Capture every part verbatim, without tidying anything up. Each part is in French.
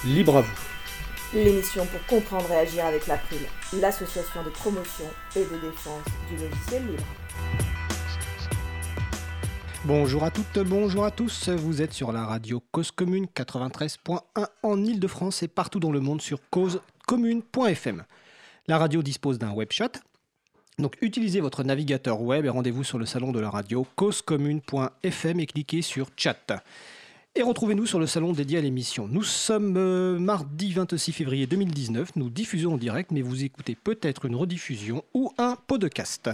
Libre à vous. L'émission pour comprendre et agir avec l'April, l'association de promotion et de défense du logiciel libre. Bonjour à toutes, bonjour à tous, vous êtes sur la radio Cause Commune quatre-vingt-treize point un en Ile-de-France et partout dans le monde sur cause commune point f m. La radio dispose d'un web chat, donc utilisez votre navigateur web et rendez-vous sur le salon de la radio cause commune point f m et cliquez sur chat. Et retrouvez-nous sur le salon dédié à l'émission. Nous sommes euh, mardi vingt-six février deux mille dix-neuf, nous diffusons en direct, mais vous écoutez peut-être une rediffusion ou un podcast.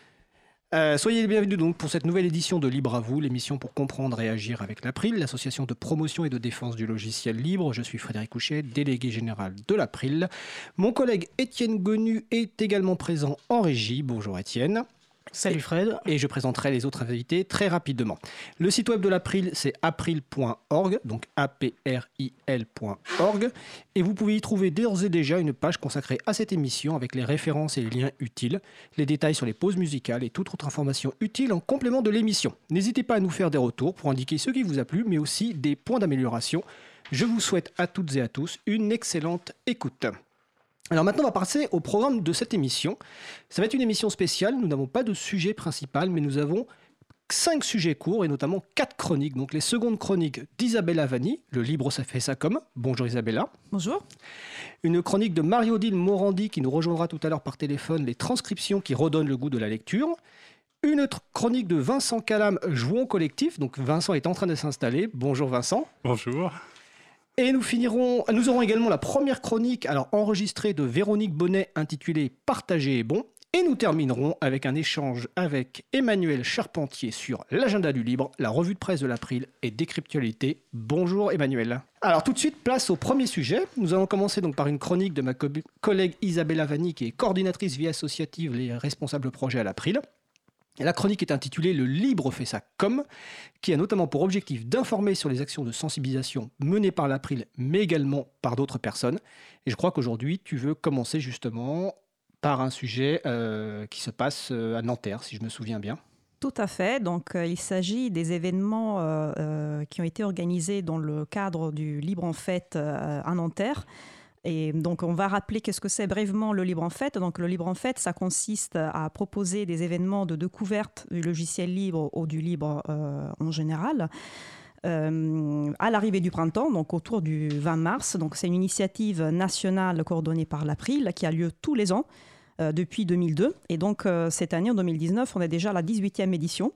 Euh, soyez les bienvenus donc pour cette nouvelle édition de Libre à vous, l'émission pour comprendre et agir avec l'April, l'association de promotion et de défense du logiciel libre. Je suis Frédéric Couchet, délégué général de l'April. Mon collègue Étienne Gonu est également présent en régie. Bonjour Étienne. Salut Fred. Et je présenterai les autres invités très rapidement. Le site web de l'April, c'est april point org, donc A P R I L point org. Et vous pouvez y trouver d'ores et déjà une page consacrée à cette émission avec les références et les liens utiles, les détails sur les pauses musicales et toute autre information utile en complément de l'émission. N'hésitez pas à nous faire des retours pour indiquer ce qui vous a plu, mais aussi des points d'amélioration. Je vous souhaite à toutes et à tous une excellente écoute. Alors maintenant, on va passer au programme de cette émission. Ça va être une émission spéciale. Nous n'avons pas de sujet principal, mais nous avons cinq sujets courts et notamment quatre chroniques. Donc les secondes chroniques d'Isabella Vanni, le Libre ça fait ça comme. Bonjour Isabella. Bonjour. Une chronique de Marie-Odile Morandi qui nous rejoindra tout à l'heure par téléphone, les transcriptions qui redonnent le goût de la lecture. Une autre chronique de Vincent Calam, Jouons collectif. Donc Vincent est en train de s'installer. Bonjour Vincent. Bonjour. Et nous finirons, nous aurons également la première chronique alors enregistrée de Véronique Bonnet intitulée « Partager est bon ». Et nous terminerons avec un échange avec Emmanuel Charpentier sur l'agenda du libre, la revue de presse de l'April et Décryptualité. Bonjour Emmanuel. Alors tout de suite, place au premier sujet. Nous allons commencer donc par une chronique de ma co- collègue Isabella Vanni qui est coordinatrice vie associative et responsable projet à l'April. La chronique est intitulée « Le libre fait ça comme », qui a notamment pour objectif d'informer sur les actions de sensibilisation menées par l'April, mais également par d'autres personnes. Et je crois qu'aujourd'hui, tu veux commencer justement par un sujet euh, qui se passe à Nanterre, si je me souviens bien. Tout à fait. Donc, euh, il s'agit des événements euh, euh, qui ont été organisés dans le cadre du Libre en Fête euh, à Nanterre. Et donc, on va rappeler qu'est-ce que c'est brièvement le Libre en Fête. Donc, le Libre en Fête, ça consiste à proposer des événements de découverte du logiciel libre ou du libre euh, en général euh, à l'arrivée du printemps, donc autour du vingt mars. Donc, c'est une initiative nationale coordonnée par l'April qui a lieu tous les ans euh, depuis deux mille deux. Et donc, euh, cette année, en deux mille dix-neuf, on est déjà à la dix-huitième édition.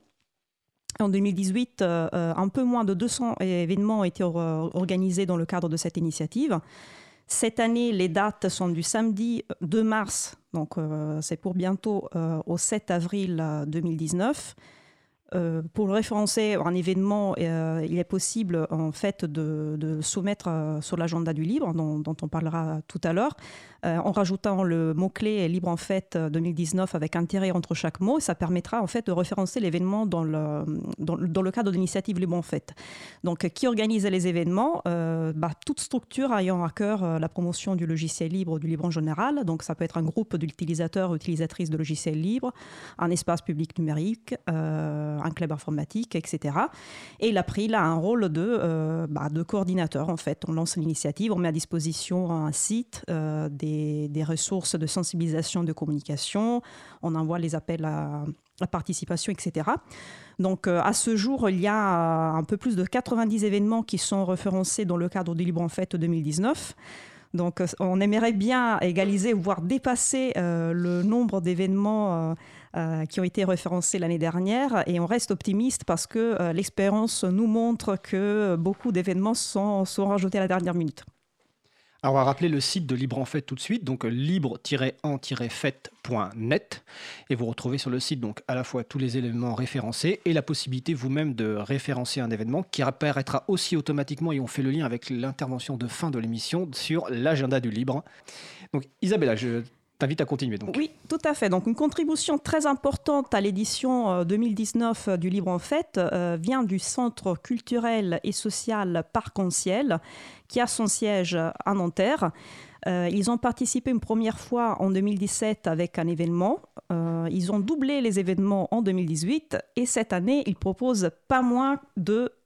En deux mille dix-huit, euh, un peu moins de deux cents événements ont été or- organisés dans le cadre de cette initiative. Cette année, les dates sont du samedi deux mars, donc euh, c'est pour bientôt, euh, au sept avril deux mille dix-neuf. Euh, pour référencer un événement, euh, il est possible en fait de, de soumettre euh, sur l'agenda du libre, dont, dont on parlera tout à l'heure, euh, en rajoutant le mot-clé Libre en Fête deux mille dix-neuf avec un tiret entre chaque mot. Ça permettra en fait de référencer l'événement dans le, dans, dans le cadre de l'initiative Libre en Fête. Donc, qui organise les événements euh, bah, toute structure ayant à cœur euh, la promotion du logiciel libre, du libre en général. Donc, ça peut être un groupe d'utilisateurs ou utilisatrices de logiciels libres, un espace public numérique, euh, un club informatique, et cetera. Et l'April a un rôle de, euh, bah, de coordinateur, en fait. On lance l'initiative, on met à disposition un site, euh, des, des ressources de sensibilisation, de communication, on envoie les appels à, à participation, et cetera. Donc, euh, à ce jour, il y a un peu plus de quatre-vingt-dix événements qui sont référencés dans le cadre du Libre en Fête deux mille dix-neuf. Donc, on aimerait bien égaliser, voire dépasser euh, le nombre d'événements euh, euh, qui ont été référencés l'année dernière. Et on reste optimiste parce que euh, l'expérience nous montre que beaucoup d'événements sont, sont rajoutés à la dernière minute. Alors, on va rappeler le site de Libre en Fête tout de suite, donc libre tiret en tiret fête point net. Et vous retrouvez sur le site donc à la fois tous les éléments référencés et la possibilité vous-même de référencer un événement qui apparaîtra aussi automatiquement, et on fait le lien avec l'intervention de fin de l'émission sur l'agenda du libre. Donc Isabella, je t'invite à continuer. Donc. Oui, tout à fait. Donc, une contribution très importante à l'édition deux mille dix-neuf du Libre en Fête euh, vient du Centre culturel et social Parc en Ciel, qui a son siège à Nanterre. Euh, ils ont participé une première fois en deux mille dix-sept avec un événement. Euh, ils ont doublé les événements en deux mille dix-huit et cette année, ils proposent pas moins de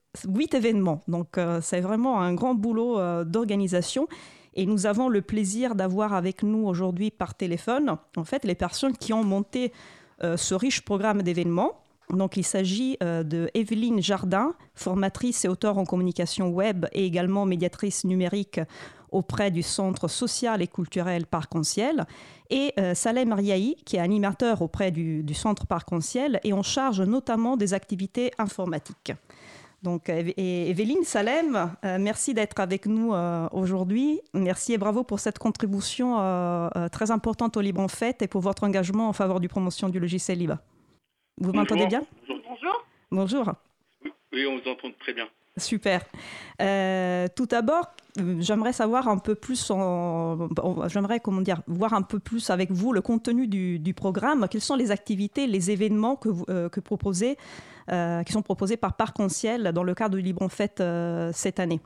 huit événements. Donc, euh, c'est vraiment un grand boulot euh, d'organisation. Et nous avons le plaisir d'avoir avec nous aujourd'hui par téléphone, en fait, les personnes qui ont monté euh, ce riche programme d'événements. Donc, il s'agit euh, de Evelyne Jardin, formatrice et auteure en communication web et également médiatrice numérique auprès du Centre social et culturel Parc-en-Ciel, et euh, Salem Riahi, qui est animateur auprès du, du Centre Parc-en-Ciel et en charge notamment des activités informatiques. Donc, et Evelyne, Salem, euh, merci d'être avec nous euh, aujourd'hui. Merci et bravo pour cette contribution euh, euh, très importante au Libre en Fête et pour votre engagement en faveur du promotion du logiciel libre. Vous m'entendez bien ? Bonjour. Bonjour. Oui, on vous entend très bien. Super. Euh, tout d'abord, j'aimerais savoir un peu plus, en, j'aimerais comment dire, voir un peu plus avec vous le contenu du, du programme. Quelles sont les activités, les événements que vous euh, que proposez, euh, qui sont proposés par Parc-en-Ciel dans le cadre du Libre en Fête euh, cette année?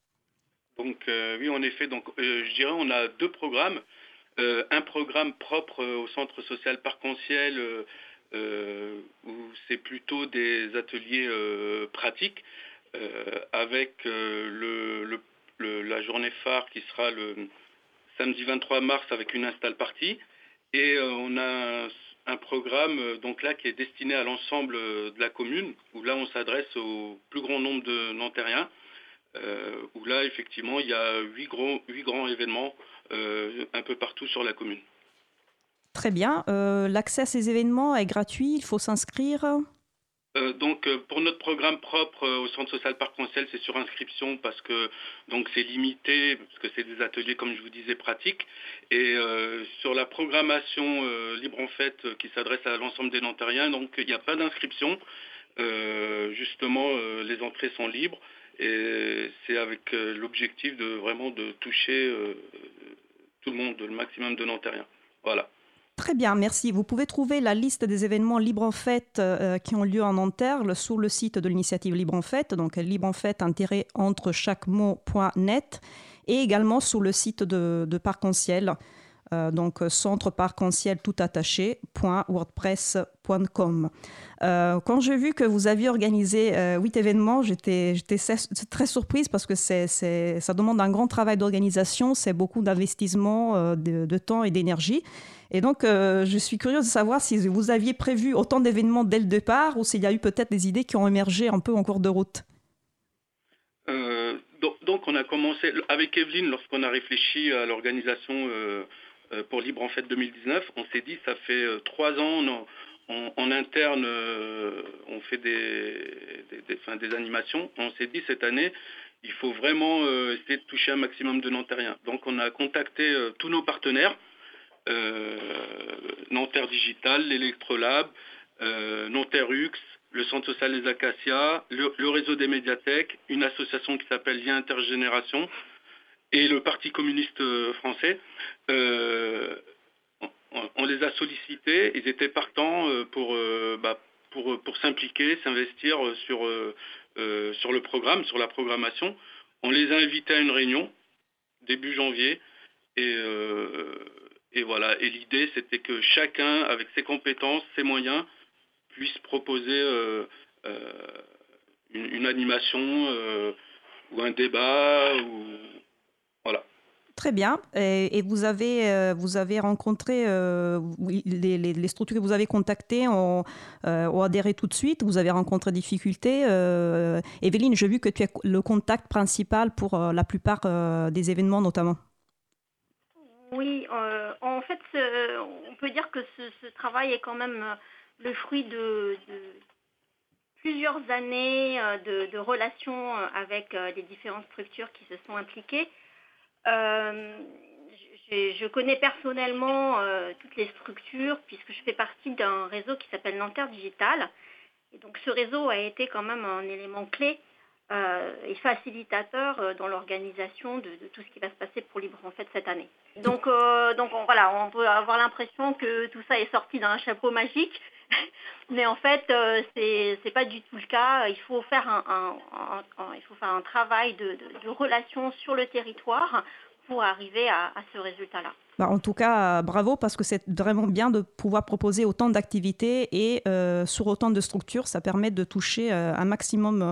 Donc euh, oui, en effet, donc euh, je dirais on a deux programmes. Euh, un programme propre au Centre social Parc-en-Ciel euh, euh, où c'est plutôt des ateliers euh, pratiques. Euh, avec euh, le, le, le, la journée phare qui sera le samedi vingt-trois mars avec une install party. Et euh, on a un, un programme euh, donc là qui est destiné à l'ensemble de la commune, où là on s'adresse au plus grand nombre de Nantériens, euh, où là effectivement il y a huit grands, huit grands événements euh, un peu partout sur la commune. Très bien. Euh, l'accès à ces événements est gratuit, il faut s'inscrire ? Euh, donc euh, pour notre programme propre euh, au Centre social Parc-en-Ciel, c'est sur inscription parce que donc c'est limité, parce que c'est des ateliers comme je vous disais pratiques. Et euh, sur la programmation euh, Libre en Fête euh, qui s'adresse à l'ensemble des Nantériens, donc il n'y a pas d'inscription. Euh, justement, euh, les entrées sont libres et c'est avec euh, l'objectif de vraiment de toucher euh, tout le monde, le maximum de Nantériens. Voilà. Très bien, merci. Vous pouvez trouver la liste des événements Libre en Fête euh, qui ont lieu en Nanterre sur le site de l'initiative Libre en Fête, donc libre en fête tiret entre chaque mot point net, et également sur le site de, de Parc-en-Ciel, euh, donc centre parc-en-ciel tout attaché point wordpress point com. Euh, quand j'ai vu que vous aviez organisé euh, huit événements, j'étais, j'étais très surprise parce que c'est, c'est, ça demande un grand travail d'organisation, c'est beaucoup d'investissement, euh, de, de temps et d'énergie. Et donc, euh, je suis curieuse de savoir si vous aviez prévu autant d'événements dès le départ ou s'il y a eu peut-être des idées qui ont émergé un peu en cours de route. Euh, donc, donc, on a commencé avec Evelyne, lorsqu'on a réfléchi à l'organisation euh, pour Libre en Fête deux mille dix-neuf, on s'est dit, ça fait euh, trois ans, on, on, en interne, euh, on fait des, des, des, enfin, des animations. On s'est dit, cette année, il faut vraiment euh, essayer de toucher un maximum de Nantériens. Donc, on a contacté euh, tous nos partenaires. Euh, Nanterre Digital, l'Electrolab, euh, Nanterrux, le Centre social des Acacias, le, le réseau des médiathèques, une association qui s'appelle Lien Intergénération et le Parti communiste français. Euh, on, on les a sollicités, ils étaient partants pour, euh, bah, pour, pour s'impliquer, s'investir sur, euh, euh, sur le programme, sur la programmation. On les a invités à une réunion début janvier et euh, Et voilà. Et l'idée, c'était que chacun, avec ses compétences, ses moyens, puisse proposer euh, euh, une, une animation euh, ou un débat. Ou... Voilà. Très bien. Et, et vous, avez, euh, vous avez rencontré, euh, les, les, les structures que vous avez contactées ont, euh, ont adhéré tout de suite. Vous avez rencontré des difficultés. Euh, Evelyne, j'ai vu que tu es le contact principal pour euh, la plupart euh, des événements, notamment. Oui, euh, en fait, ce, on peut dire que ce, ce travail est quand même le fruit de, de plusieurs années de, de relations avec les différentes structures qui se sont impliquées. Euh, je, je connais personnellement euh, toutes les structures puisque je fais partie d'un réseau qui s'appelle Nanterre Digital. Et donc ce réseau a été quand même un élément clé Euh, et facilitateur euh, dans l'organisation de, de tout ce qui va se passer pour Libre en Fête cette année. Donc, euh, donc on, voilà, on peut avoir l'impression que tout ça est sorti d'un chapeau magique, mais en fait, euh, c'est c'est pas du tout le cas. Il faut faire un, un, un, un il faut faire un travail de, de, de relation sur le territoire pour arriver à, à ce résultat-là. Bah, en tout cas, bravo, parce que c'est vraiment bien de pouvoir proposer autant d'activités et euh, sur autant de structures. Ça permet de toucher euh, un maximum euh,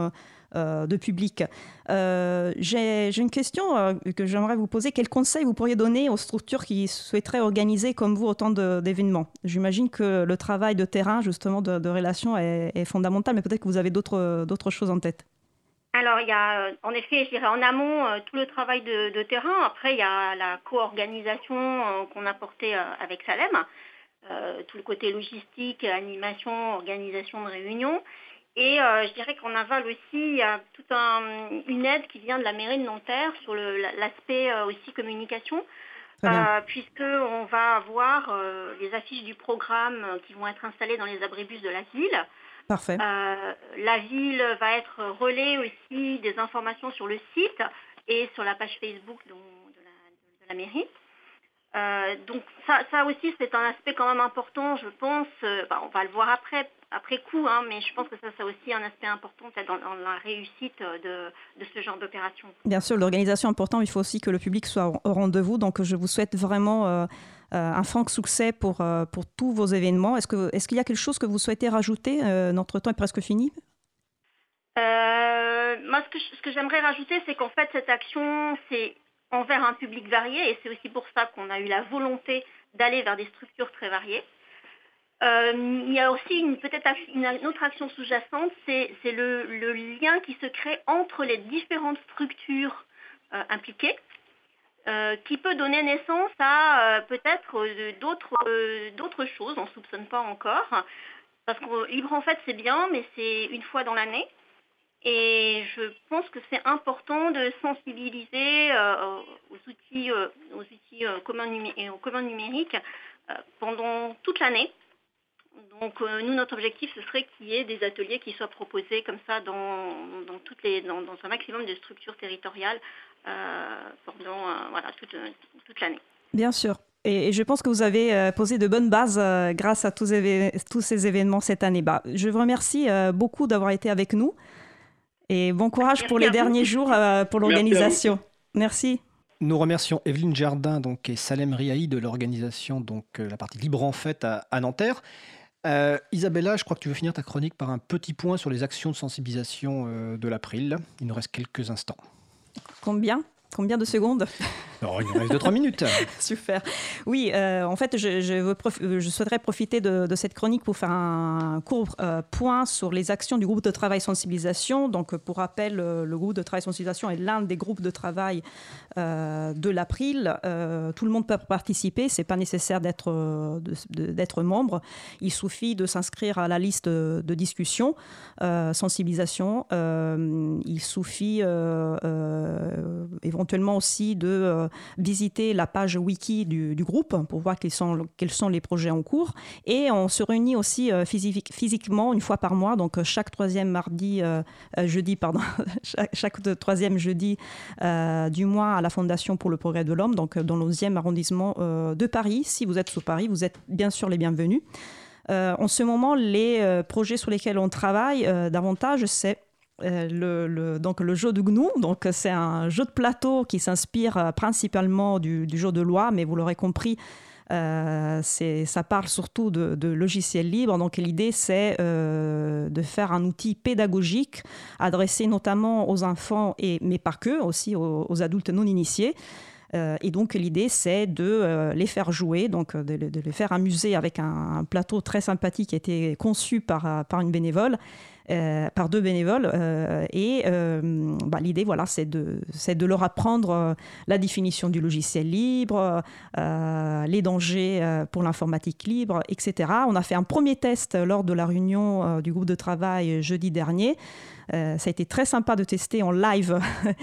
euh, de public. Euh, j'ai, j'ai une question euh, que j'aimerais vous poser. Quels conseils vous pourriez donner aux structures qui souhaiteraient organiser comme vous autant de, d'événements? J'imagine que le travail de terrain, justement, de, de relations est, est fondamental, mais peut-être que vous avez d'autres, d'autres choses en tête. Alors, il y a, euh, en effet, je dirais en amont, euh, tout le travail de, de terrain. Après, il y a la co-organisation euh, qu'on a portée euh, avec Salem, euh, tout le côté logistique, animation, organisation de réunions. Et euh, je dirais qu'en aval aussi, il y a toute un, une aide qui vient de la mairie de Nanterre sur le, l'aspect euh, aussi communication, euh, puisqu'on va avoir euh, les affiches du programme qui vont être installées dans les abribus de la ville. Parfait. Euh, la ville va être relais aussi des informations sur le site et sur la page Facebook de, de, la, de la mairie. Euh, donc ça, ça aussi, c'est un aspect quand même important, je pense. Euh, bah, on va le voir après, après coup, hein, mais je pense que ça, c'est aussi un aspect important dans, dans la réussite de, de ce genre d'opération. Bien sûr, l'organisation est importante. Il faut aussi que le public soit au rendez-vous. Donc, je vous souhaite vraiment euh, un franc succès pour, euh, pour tous vos événements. Est-ce que, est-ce qu'il y a quelque chose que vous souhaitez rajouter? euh, Notre temps est presque fini. Euh, moi, ce que, ce que j'aimerais rajouter, c'est qu'en fait, cette action, c'est envers un public varié, et c'est aussi pour ça qu'on a eu la volonté d'aller vers des structures très variées. Euh, il y a aussi une, peut-être une, une autre action sous-jacente, c'est, c'est le, le lien qui se crée entre les différentes structures euh, impliquées, euh, qui peut donner naissance à euh, peut-être euh, d'autres, euh, d'autres choses, on ne soupçonne pas encore, parce que Libre en fait c'est bien, mais c'est une fois dans l'année. Et je pense que c'est important de sensibiliser euh, aux outils, euh, aux outils euh, communs numé- et aux communs numériques euh, pendant toute l'année. Donc euh, nous, notre objectif, ce serait qu'il y ait des ateliers qui soient proposés comme ça dans, dans, toutes les, dans, dans un maximum de structures territoriales euh, pendant euh, voilà, toute, toute l'année. Bien sûr. Et, et je pense que vous avez euh, posé de bonnes bases euh, grâce à tous, éve- tous ces événements cette année. Bah, je vous remercie euh, beaucoup d'avoir été avec nous. Et bon courage Merci pour les derniers jours euh, pour l'organisation. Merci. Nous remercions Evelyne Jardin donc, et Salem Riahi de l'organisation, donc euh, la partie Libre en Fête à, à Nanterre. Euh, Isabella, je crois que tu veux finir ta chronique par un petit point sur les actions de sensibilisation euh, de l'April. Il nous reste quelques instants. Combien Combien de secondes? Alors, il nous reste deux trois minutes. Super. Oui, euh, en fait, je, je, veux prof... je souhaiterais profiter de, de cette chronique pour faire un court euh, point sur les actions du groupe de travail sensibilisation. Donc, pour rappel, le groupe de travail sensibilisation est l'un des groupes de travail euh, de l'April. Euh, tout le monde peut participer. C'est pas nécessaire d'être, de, de, d'être membre. Il suffit de s'inscrire à la liste de, de discussion, euh, sensibilisation. Euh, il suffit euh, euh, éventuellement aussi de euh, visiter la page wiki du, du groupe pour voir quels sont, quels sont les projets en cours. Et on se réunit aussi euh, physique, physiquement une fois par mois, donc chaque troisième mardi, euh, euh, jeudi, pardon, chaque, chaque troisième jeudi euh, du mois à la Fondation pour le Progrès de l'Homme, donc dans l'onzième arrondissement euh, de Paris. Si vous êtes sur Paris, vous êtes bien sûr les bienvenus. Euh, en ce moment, les euh, projets sur lesquels on travaille euh, davantage, c'est Euh, le, le, donc le jeu de Gnou. Donc c'est un jeu de plateau qui s'inspire euh, principalement du, du jeu de loi, mais vous l'aurez compris, euh, c'est, ça parle surtout de, de logiciels libres. Donc l'idée, c'est euh, de faire un outil pédagogique adressé notamment aux enfants, et, mais pas que, aussi aux, aux adultes non initiés. Euh, et donc l'idée, c'est de euh, les faire jouer, donc de, de les faire amuser avec un, un plateau très sympathique qui a été conçu par, par une bénévole. Euh, par deux bénévoles euh, et euh, bah, l'idée voilà, c'est, de, c'est de leur apprendre euh, la définition du logiciel libre, euh, les dangers euh, pour l'informatique libre, et cetera. On a fait un premier test lors de la réunion euh, du groupe de travail jeudi dernier. Euh, ça a été très sympa de tester en live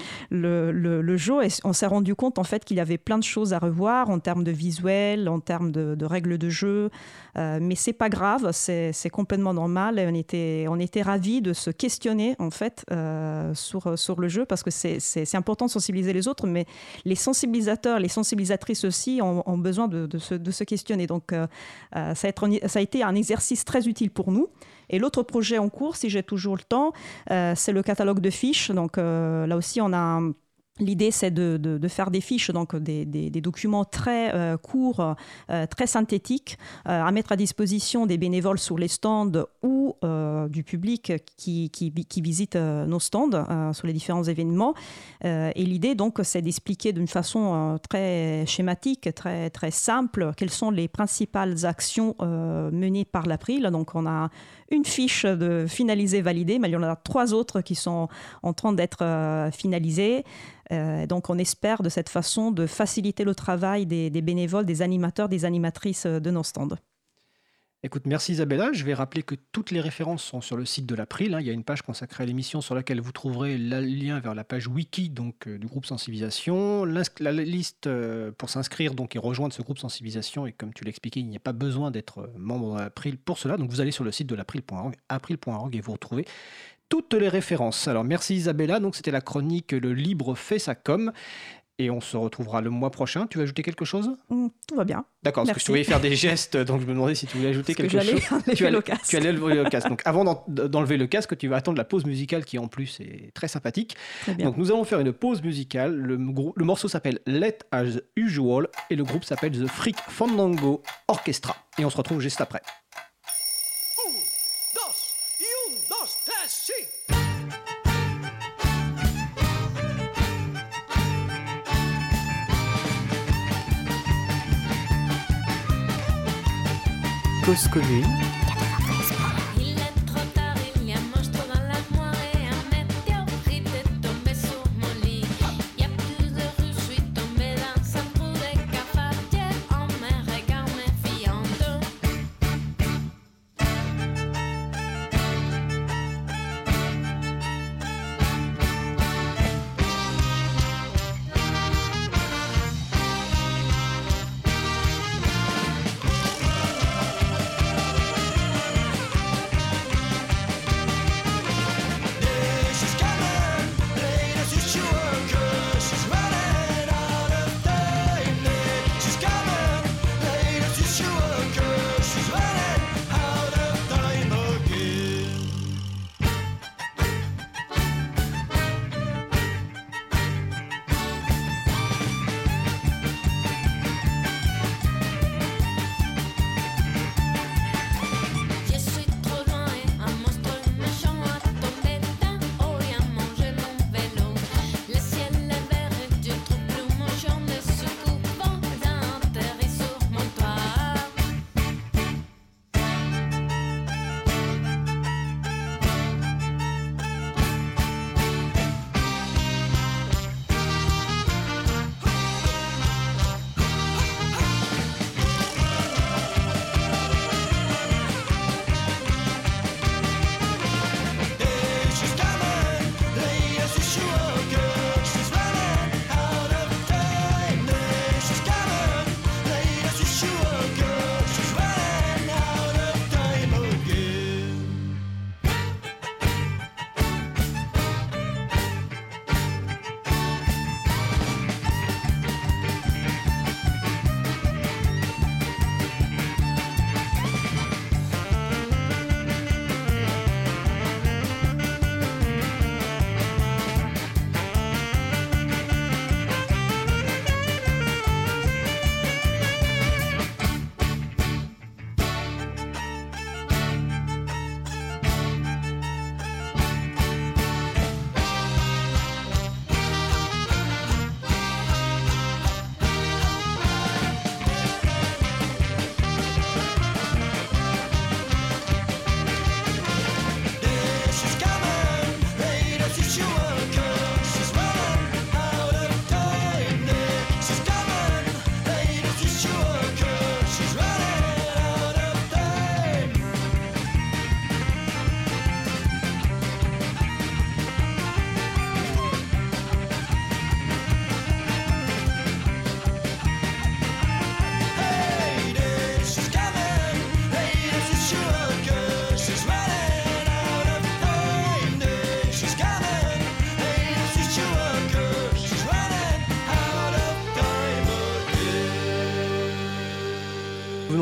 le, le, le jeu et on s'est rendu compte en fait qu'il y avait plein de choses à revoir en termes de visuel, en termes de, de règles de jeu, euh, mais c'est pas grave, c'est, c'est complètement normal et on était, on était ravis de se questionner en fait euh, sur, sur le jeu parce que c'est, c'est, c'est important de sensibiliser les autres, mais les sensibilisateurs, les sensibilisatrices aussi ont, ont besoin de, de, se, de se questionner. Donc euh, ça, a être, ça a été un exercice très utile pour nous. Et l'autre projet en cours, si j'ai toujours le temps, euh, c'est le catalogue de fiches. Donc euh, là aussi, on a un, L'idée, c'est de, de, de faire des fiches, donc des, des, des documents très euh, courts, euh, très synthétiques, euh, à mettre à disposition des bénévoles sur les stands ou euh, du public qui, qui, qui visite euh, nos stands euh, sur les différents événements. Euh, et l'idée, donc, c'est d'expliquer d'une façon euh, très schématique, très, très simple, quelles sont les principales actions euh, menées par l'April. Donc, on a une fiche de finalisée, validée, mais il y en a trois autres qui sont en train d'être euh, finalisées. Euh, donc, on espère de cette façon de faciliter le travail des, des bénévoles, des animateurs, des animatrices de nos stands. Écoute, merci Isabella. Je vais rappeler que toutes les références sont sur le site de l'April. Hein. Il y a une page consacrée à l'émission sur laquelle vous trouverez le lien vers la page wiki donc, euh, du groupe sensibilisation. L'insc- la liste euh, pour s'inscrire donc, et rejoindre ce groupe sensibilisation. Et comme tu l'expliquais, il n'y a pas besoin d'être euh, membre de l'April pour cela. Donc vous allez sur le site de l'april point org, april point org et vous retrouvez toutes les références. Alors merci Isabella. Donc c'était la chronique Le Libre fait sa com. Et on se retrouvera le mois prochain. Tu veux ajouter quelque chose ? Mmh, tout va bien. D'accord, parce Merci. que je te voyais faire des gestes, donc je me demandais si tu voulais ajouter Parce quelque que j'allais chose. enlever Tu allais, le casque. tu allais lever le casque. Donc avant d'en- d'enlever le casque, tu vas attendre la pause musicale qui en plus est très sympathique. Très bien. Donc nous allons faire une pause musicale. Le, grou- le morceau s'appelle Let As Usual et le groupe s'appelle The Freak Fandango Orchestra. Et on se retrouve juste après. Un, dos, y un, dos, tres, sí. Cause commune, Il est trop tard, il y a moche trop dans l'armoire et un météorite est tombé sur mon lit. Il y a plus de rue, je suis tombée dans un trou de cafetière. On me regarde méfiant.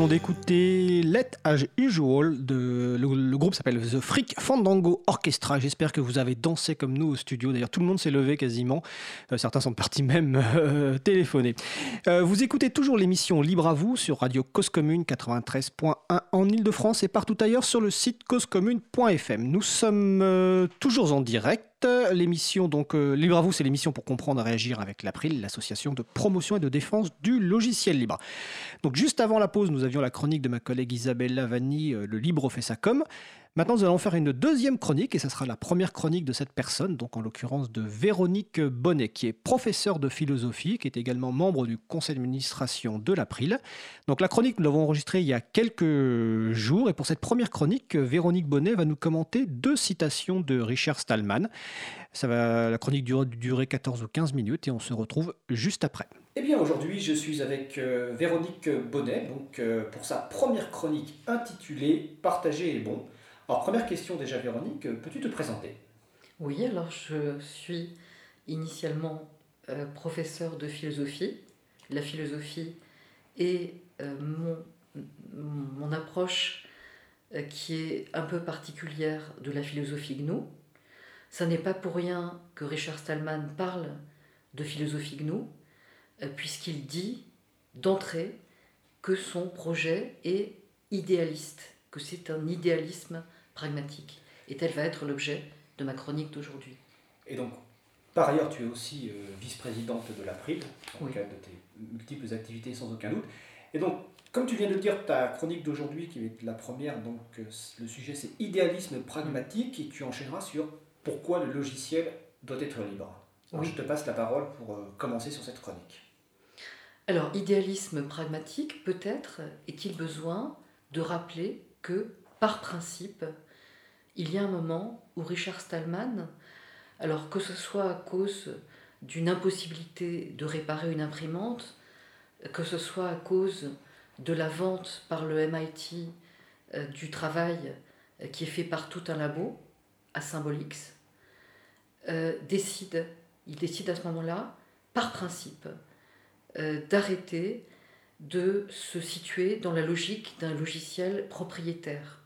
venons d'écouter Let As Usual, de, le, le groupe s'appelle The Freak Fandango Orchestra. J'espère que vous avez dansé comme nous au studio. D'ailleurs, tout le monde s'est levé quasiment. Euh, certains sont partis même euh, téléphoner. Euh, vous écoutez toujours l'émission Libre à vous sur Radio Cause Commune quatre-vingt-treize point un en Ile-de-France et partout ailleurs sur le site cause commune point f m. Nous sommes euh, toujours en direct. L'émission, donc, euh, Libre à vous, c'est l'émission pour comprendre et réagir avec l'April, l'association de promotion et de défense du logiciel libre. Donc, juste avant la pause, nous avions la chronique de ma collègue Isabelle Lavani, euh, Le Libre fait sa com. Maintenant, nous allons faire une deuxième chronique, et ça sera la première chronique de cette personne, donc en l'occurrence de Véronique Bonnet, qui est professeure de philosophie, qui est également membre du conseil d'administration de l'April. Donc la chronique, nous l'avons enregistrée il y a quelques jours, et pour cette première chronique, Véronique Bonnet va nous commenter deux citations de Richard Stallman. Ça va, la chronique dure, durer quatorze ou quinze minutes, et on se retrouve juste après. Eh bien, aujourd'hui, je suis avec euh, Véronique Bonnet, donc, euh, pour sa première chronique intitulée « Partager est bon ». Alors, première question déjà, Véronique, peux-tu te présenter ? Oui, alors je suis initialement euh, professeure de philosophie. La philosophie est euh, mon, mon approche euh, qui est un peu particulière de la philosophie G N U. Ça n'est pas pour rien que Richard Stallman parle de philosophie G N U, euh, puisqu'il dit d'entrée que son projet est idéaliste, que c'est un idéalisme pragmatique. Et tel va être l'objet de ma chronique d'aujourd'hui. Et donc, par ailleurs, tu es aussi euh, vice-présidente de l'April, dans oui. le cadre de tes multiples activités sans aucun doute. Et donc, comme tu viens de le dire, ta chronique d'aujourd'hui, qui est la première, donc euh, le sujet c'est idéalisme pragmatique, et tu enchaîneras sur pourquoi le logiciel doit être libre. Alors, oui. Je te passe la parole pour euh, commencer sur cette chronique. Alors, idéalisme pragmatique, peut-être est-il besoin de rappeler que, par principe, il y a un moment où Richard Stallman, alors que ce soit à cause d'une impossibilité de réparer une imprimante, que ce soit à cause de la vente par le M I T euh, du travail euh, qui est fait par tout un labo, à Symbolix, euh, décide, il décide à ce moment-là, par principe, euh, d'arrêter de se situer dans la logique d'un logiciel propriétaire.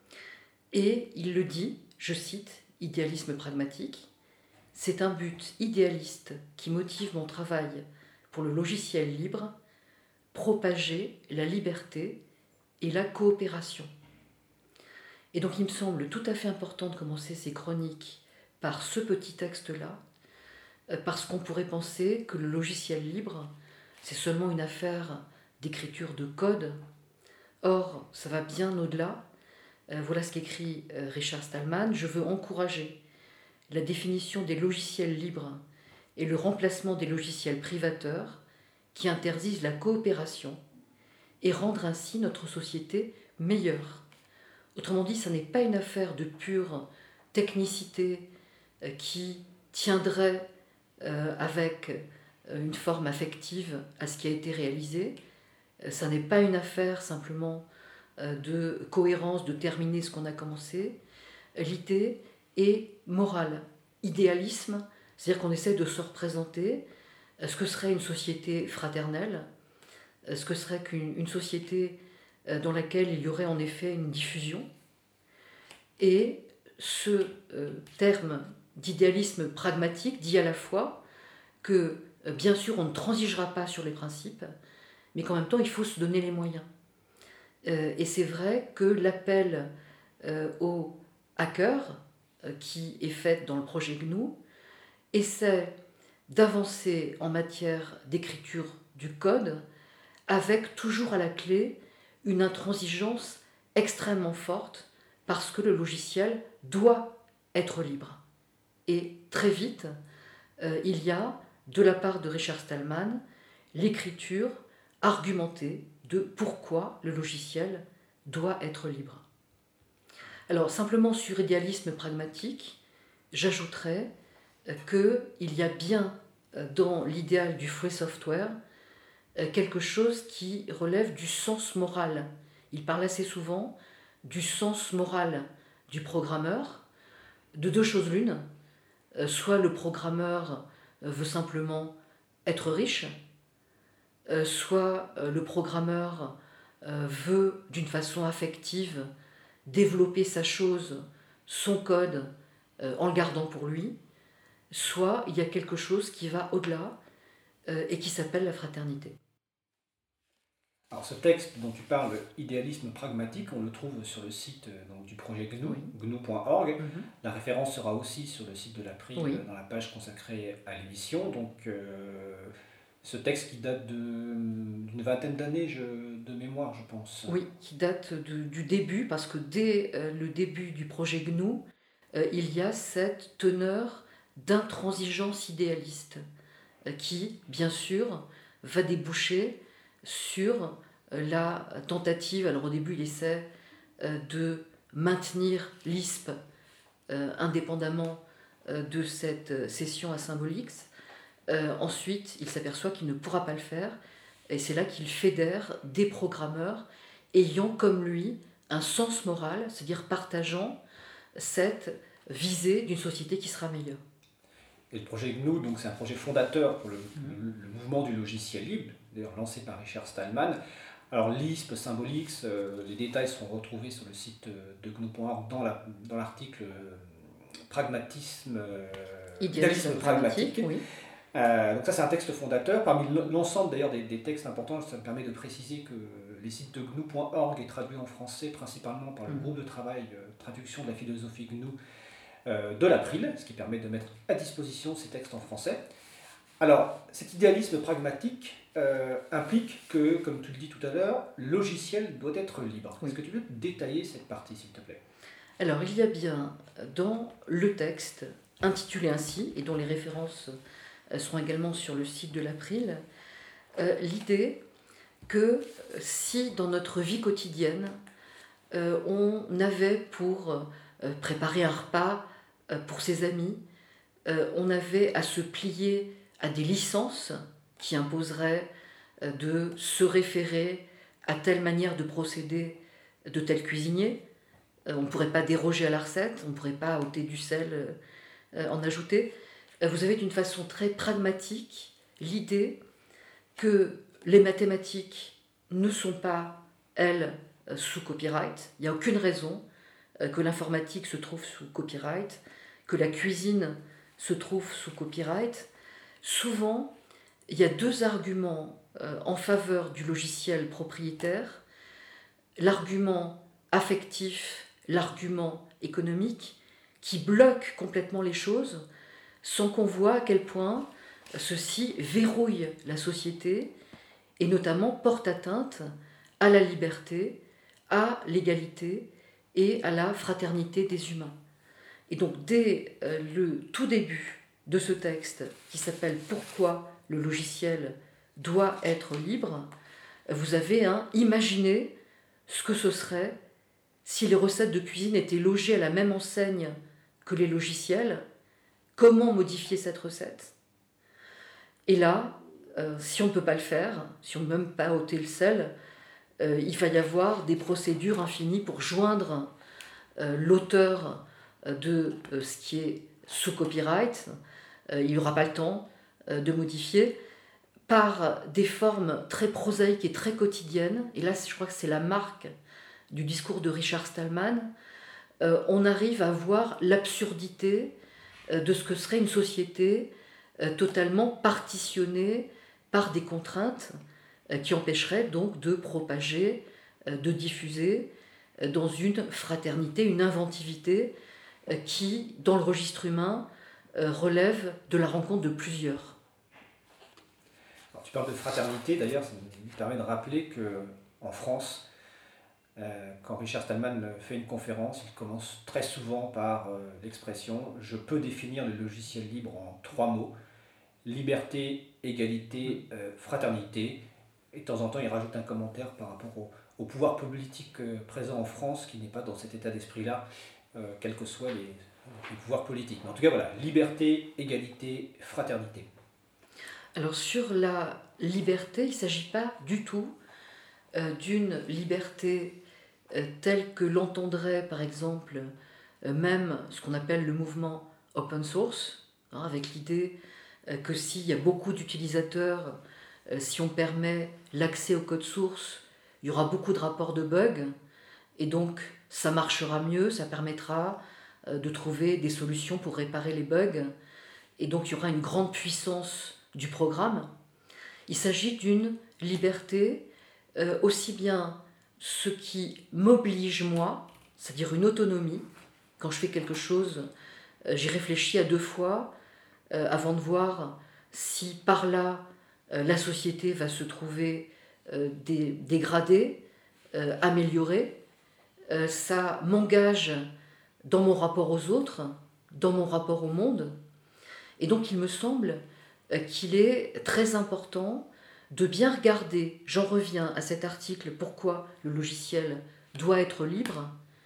Et il le dit, je cite, « idéalisme pragmatique », c'est un but idéaliste qui motive mon travail pour le logiciel libre, propager la liberté et la coopération. Et donc il me semble tout à fait important de commencer ces chroniques par ce petit texte-là, parce qu'on pourrait penser que le logiciel libre, c'est seulement une affaire d'écriture de code. Or, ça va bien au-delà. Euh, voilà ce qu'écrit euh, Richard Stallman. Je veux encourager la définition des logiciels libres et le remplacement des logiciels privateurs qui interdisent la coopération et rendre ainsi notre société meilleure. Autrement dit, ça n'est pas une affaire de pure technicité euh, qui tiendrait euh, avec euh, une forme affective à ce qui a été réalisé. Ça n'est pas une affaire simplement de cohérence, de terminer ce qu'on a commencé. L'idée est morale. Idéalisme, c'est-à-dire qu'on essaie de se représenter ce que serait une société fraternelle, ce que serait qu'une une société dans laquelle il y aurait en effet une diffusion. Et ce euh, terme d'idéalisme pragmatique dit à la fois que, euh, bien sûr, on ne transigera pas sur les principes, mais qu'en même temps, il faut se donner les moyens. Euh, et c'est vrai que l'appel euh, aux hackers, euh, qui est fait dans le projet G N U, essaie d'avancer en matière d'écriture du code, avec toujours à la clé une intransigeance extrêmement forte, parce que le logiciel doit être libre. Et très vite, euh, il y a, de la part de Richard Stallman, l'écriture argumentée de pourquoi le logiciel doit être libre. Alors, simplement sur idéalisme pragmatique, j'ajouterais qu'il y a bien dans l'idéal du free software quelque chose qui relève du sens moral. Il parle assez souvent du sens moral du programmeur, de deux choses l'une, soit le programmeur veut simplement être riche, soit le programmeur euh, veut d'une façon affective développer sa chose, son code, euh, en le gardant pour lui, soit il y a quelque chose qui va au-delà euh, et qui s'appelle la fraternité. Alors ce texte dont tu parles, idéalisme pragmatique, on le trouve sur le site euh, donc, du projet G N U, Oui. G N U point org. Mhm. La référence sera aussi sur le site de l'April, Oui. euh, dans la page consacrée à l'édition. Donc euh, ce texte qui date de, d'une vingtaine d'années je, de mémoire, je pense. Oui, qui date de- du début, parce que dès euh, le début du projet G N U, euh, il y a cette teneur d'intransigeance idéaliste euh, qui, bien sûr, va déboucher sur euh, la tentative, alors au début il essaie euh, de maintenir l'I S P euh, indépendamment euh, de cette euh, cession à Symbolix. Euh, ensuite, il s'aperçoit qu'il ne pourra pas le faire, et c'est là qu'il fédère des programmeurs ayant comme lui un sens moral, c'est-à-dire partageant cette visée d'une société qui sera meilleure. Et le projet G N U, donc, c'est un projet fondateur pour le, le, le mouvement du logiciel libre, d'ailleurs lancé par Richard Stallman. Alors l'I S P, Symbolix, euh, les détails seront retrouvés sur le site de G N U point org dans, la, dans l'article euh, Pragmatisme, euh, Idéalisme pragmatique, oui. Euh, donc ça c'est un texte fondateur. Parmi l'ensemble d'ailleurs des, des textes importants, ça me permet de préciser que les sites de G N U point org est traduit en français principalement par le Mmh. groupe de travail euh, traduction de la philosophie G N U euh, de l'April, ce qui permet de mettre à disposition ces textes en français. Alors cet idéalisme pragmatique euh, implique que, comme tu le dis tout à l'heure, le logiciel doit être libre. Oui. Est-ce que tu peux détailler cette partie s'il te plaît? Alors, il y a bien dans le texte, intitulé ainsi, et dont les références euh, sont également sur le site de l'April, euh, l'idée que si dans notre vie quotidienne, euh, on avait pour euh, préparer un repas euh, pour ses amis, euh, on avait à se plier à des licences qui imposeraient euh, de se référer à telle manière de procéder de tel cuisinier. Euh, on ne pourrait pas déroger à la recette, on ne pourrait pas ôter du sel, euh, euh, en ajouter. Euh, vous avez d'une façon très pragmatique l'idée que les mathématiques ne sont pas, elles, euh, sous copyright. Il n'y a aucune raison euh, que l'informatique se trouve sous copyright, que la cuisine se trouve sous copyright. Souvent, il y a deux arguments euh, en faveur du logiciel propriétaire. L'argument affectif, l'argument économique, qui bloque complètement les choses sans qu'on voit à quel point ceci verrouille la société et notamment porte atteinte à la liberté, à l'égalité et à la fraternité des humains. Et donc dès euh, le tout début de ce texte qui s'appelle « Pourquoi le logiciel doit être libre », vous avez un « Imaginez ce que ce serait si les recettes de cuisine étaient logées à la même enseigne que les logiciels, comment modifier cette recette ?» Et là, euh, si on ne peut pas le faire, si on ne peut même pas ôter le sel, euh, il va y avoir des procédures infinies pour joindre euh, l'auteur de euh, ce qui est sous copyright. Euh, il n'y aura pas le temps euh, de modifier par des formes très prosaïques et très quotidiennes. Et là, je crois que c'est la marque du discours de Richard Stallman. Euh, on arrive à voir l'absurdité euh, de ce que serait une société euh, totalement partitionnée par des contraintes euh, qui empêcheraient donc de propager, euh, de diffuser euh, dans une fraternité, une inventivité euh, qui, dans le registre humain, euh, relève de la rencontre de plusieurs. Alors, tu parles de fraternité, d'ailleurs, ça me permet de rappeler qu'en France, euh, quand Richard Stallman fait une conférence, il commence très souvent par euh, l'expression « Je peux définir le logiciel libre en trois mots, liberté, égalité, euh, fraternité ». Et de temps en temps, il rajoute un commentaire par rapport au, au pouvoir politique euh, présent en France, qui n'est pas dans cet état d'esprit-là, euh, quels que soient les, les pouvoirs politiques. Mais en tout cas, voilà, liberté, égalité, fraternité. Alors sur la liberté, il ne s'agit pas du tout euh, d'une liberté euh, telle que l'entendrait par exemple euh, même ce qu'on appelle le mouvement open source, hein, avec l'idée euh, que s'il y a beaucoup d'utilisateurs, euh, si on permet l'accès au code source, il y aura beaucoup de rapports de bugs, et donc ça marchera mieux, ça permettra euh, de trouver des solutions pour réparer les bugs, et donc il y aura une grande puissance du programme. Il s'agit d'une liberté, euh, aussi bien ce qui m'oblige moi, c'est-à-dire une autonomie. Quand je fais quelque chose, euh, j'y réfléchis à deux fois euh, avant de voir si par là euh, la société va se trouver euh, dé- dégradée, euh, améliorée. Euh, ça m'engage dans mon rapport aux autres, dans mon rapport au monde. Et donc il me semble euh, qu'il est très important de bien regarder, j'en reviens à cet article, pourquoi le logiciel doit être libre,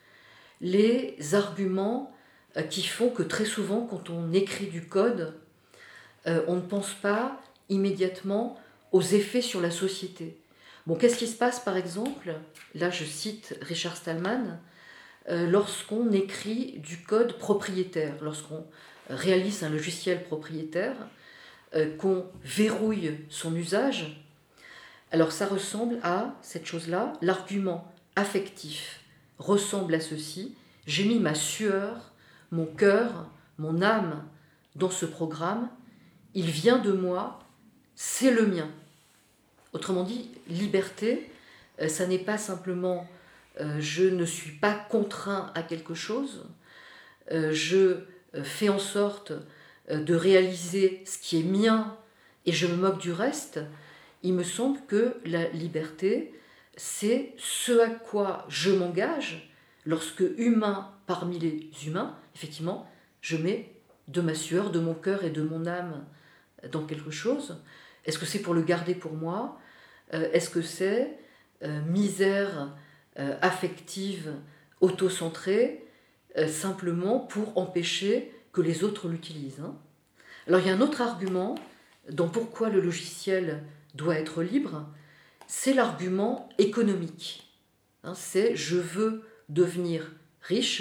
les arguments euh, qui font que très souvent, quand on écrit du code, euh, on ne pense pas immédiatement aux effets sur la société. Bon, qu'est-ce qui se passe par exemple, là je cite Richard Stallman, euh, lorsqu'on écrit du code propriétaire, lorsqu'on réalise un logiciel propriétaire, euh, qu'on verrouille son usage, alors ça ressemble à cette chose-là, l'argument affectif ressemble à ceci: j'ai mis ma sueur, mon cœur, mon âme dans ce programme, il vient de moi, c'est le mien. Autrement dit, liberté, euh, ça n'est pas simplement euh, je ne suis pas contraint à quelque chose, euh, je euh, fais en sorte euh, de réaliser ce qui est mien et je me moque du reste. Il me semble que la liberté, c'est ce à quoi je m'engage lorsque humain parmi les humains, effectivement, je mets de ma sueur, de mon cœur et de mon âme dans quelque chose. Est-ce que c'est pour le garder pour moi ? euh, Est-ce que c'est euh, misère euh, affective, auto-centrée, euh, simplement pour empêcher que les autres l'utilisent, hein ? Alors il y a un autre argument dans pourquoi le logiciel doit être libre, c'est l'argument économique. Hein, c'est je veux devenir riche,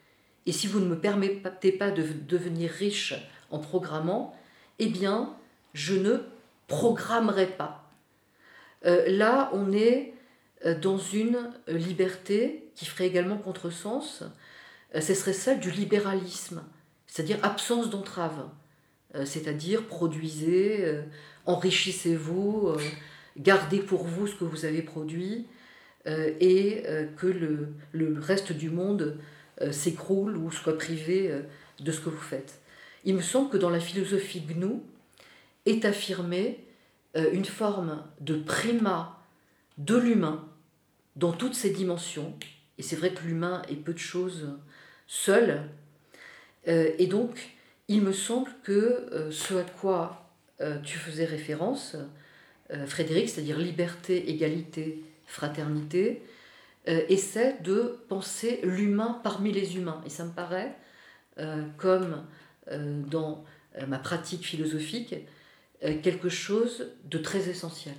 et si vous ne me permettez pas de devenir riche en programmant, eh bien, je ne programmerai pas. Euh, là, on est dans une liberté qui ferait également contresens, euh, ce serait celle du libéralisme, c'est-à-dire absence d'entrave, euh, c'est-à-dire produisez, euh, enrichissez-vous, euh, gardez pour vous ce que vous avez produit, euh, et euh, que le, le reste du monde euh, s'écroule ou soit privé euh, de ce que vous faites. Il me semble que dans la philosophie G N U est affirmée euh, une forme de primat de l'humain dans toutes ses dimensions, et c'est vrai que l'humain est peu de choses seul, euh, et donc il me semble que euh, ce à quoi euh, tu faisais référence, euh, Frédéric, c'est-à-dire liberté, égalité, fraternité, euh, essaie de penser l'humain parmi les humains, et ça me paraît, euh, comme euh, dans euh, ma pratique philosophique, euh, quelque chose de très essentiel.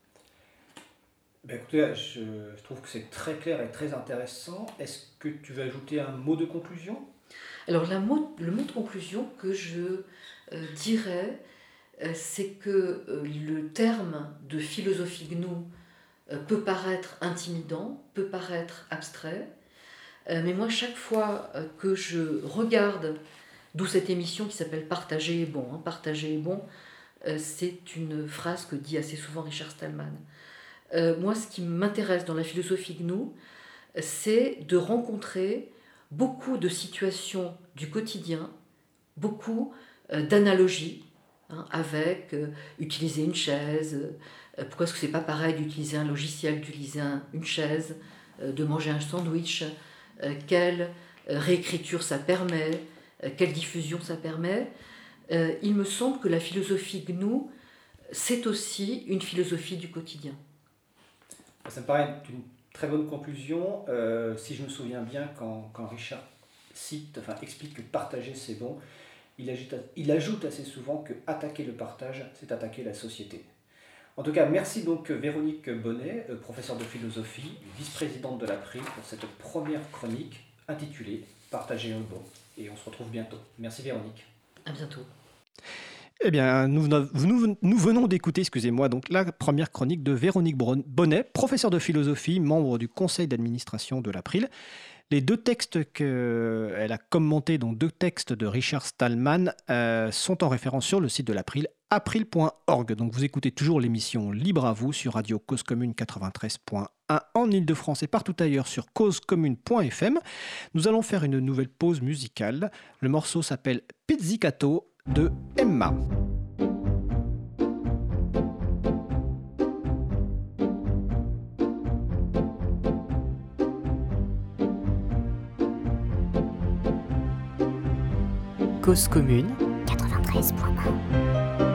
Ben écoutez, je, je trouve que c'est très clair et très intéressant. Est-ce que tu veux ajouter un mot de conclusion ? Alors la mot, le mot de conclusion que je euh, dirais, euh, c'est que euh, le terme de philosophie G N U euh, peut paraître intimidant, peut paraître abstrait, euh, mais moi chaque fois euh, que je regarde, d'où cette émission qui s'appelle « Partager est bon hein, », « Partager est bon euh, », c'est une phrase que dit assez souvent Richard Stallman. Euh, moi, ce qui m'intéresse dans la philosophie G N U, c'est de rencontrer beaucoup de situations du quotidien, beaucoup euh, d'analogies, hein, avec euh, utiliser une chaise, euh, pourquoi est-ce que c'est pas pareil d'utiliser un logiciel, d'utiliser un, une chaise, euh, de manger un sandwich, euh, quelle euh, réécriture ça permet, euh, quelle diffusion ça permet. Euh, il me semble que la philosophie G N U, c'est aussi une philosophie du quotidien. Ça me paraît une très bonne conclusion. Euh, si je me souviens bien, quand, quand Richard cite, enfin, explique que partager c'est bon, il ajoute, il ajoute assez souvent que attaquer le partage, c'est attaquer la société. En tout cas, merci donc Véronique Bonnet, professeure de philosophie, vice-présidente de l'April, pour cette première chronique intitulée Partager est bon. Et on se retrouve bientôt. Merci Véronique. À bientôt. Eh bien, nous, nous, nous venons d'écouter, excusez-moi, donc la première chronique de Véronique Bonnet, professeure de philosophie, membre du conseil d'administration de l'April. Les deux textes qu'elle a commentés, donc deux textes de Richard Stallman, euh, sont en référence sur le site de l'April, april point org. Donc vous écoutez toujours l'émission Libre à vous sur Radio Cause Commune quatre-vingt-treize point un en Ile-de-France et partout ailleurs sur cause commune point f m. Nous allons faire une nouvelle pause musicale. Le morceau s'appelle Pizzicato de Emma. Cause commune quatre-vingt-treize point un.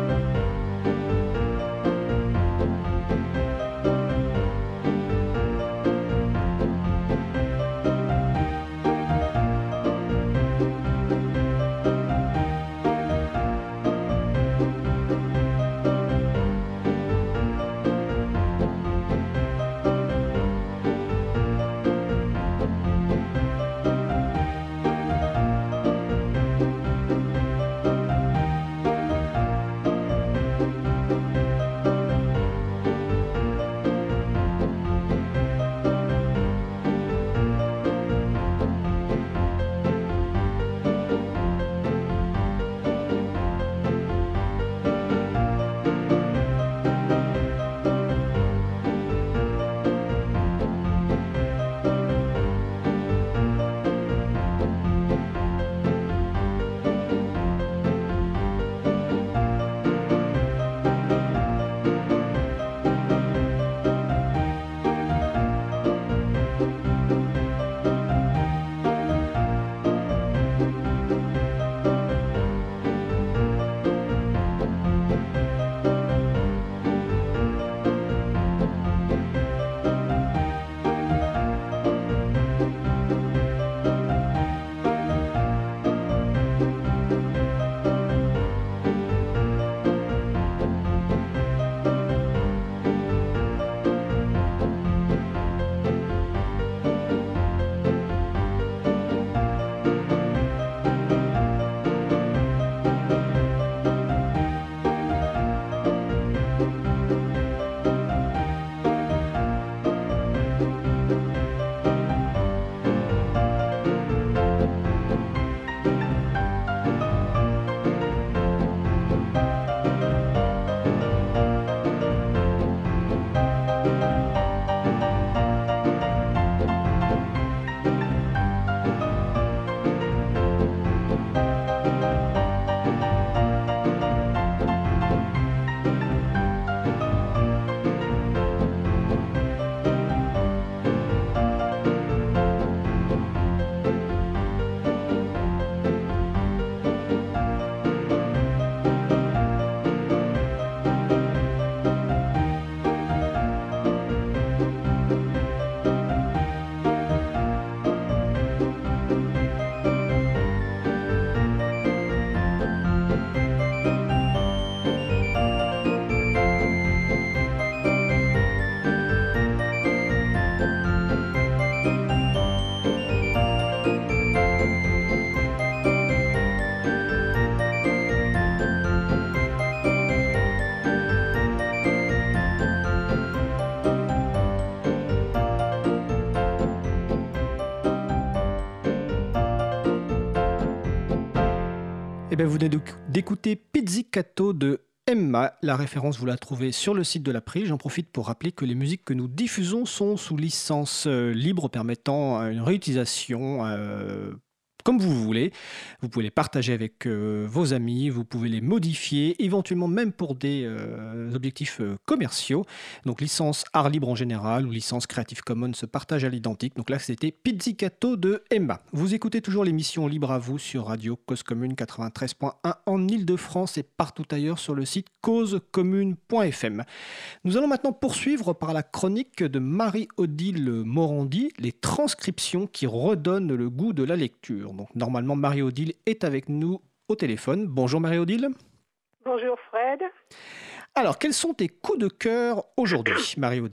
Eh bien, vous venez d'écouter Pizzicato de Emma. La référence, vous la trouvez sur le site de l'April. J'en profite pour rappeler que les musiques que nous diffusons sont sous licence euh, libre permettant une réutilisation euh, comme vous voulez. Vous pouvez les partager avec euh, vos amis, vous pouvez les modifier, éventuellement même pour des euh, objectifs euh, commerciaux. Donc licence art libre en général ou licence Creative Commons se partage à l'identique. Donc là, c'était Pizzicato de Emma. Vous écoutez toujours l'émission Libre à vous sur Radio Cause Commune quatre-vingt-treize point un en Ile-de-France et partout ailleurs sur le site cause commune point f m. Nous allons maintenant poursuivre par la chronique de Marie-Odile Morandi, les transcriptions qui redonnent le goût de la lecture. Donc normalement, Marie-Odile est avec nous au téléphone. Bonjour Marie-Odile. Bonjour Fred. Alors, quels sont tes coups de cœur aujourd'hui, Marie-Odile ?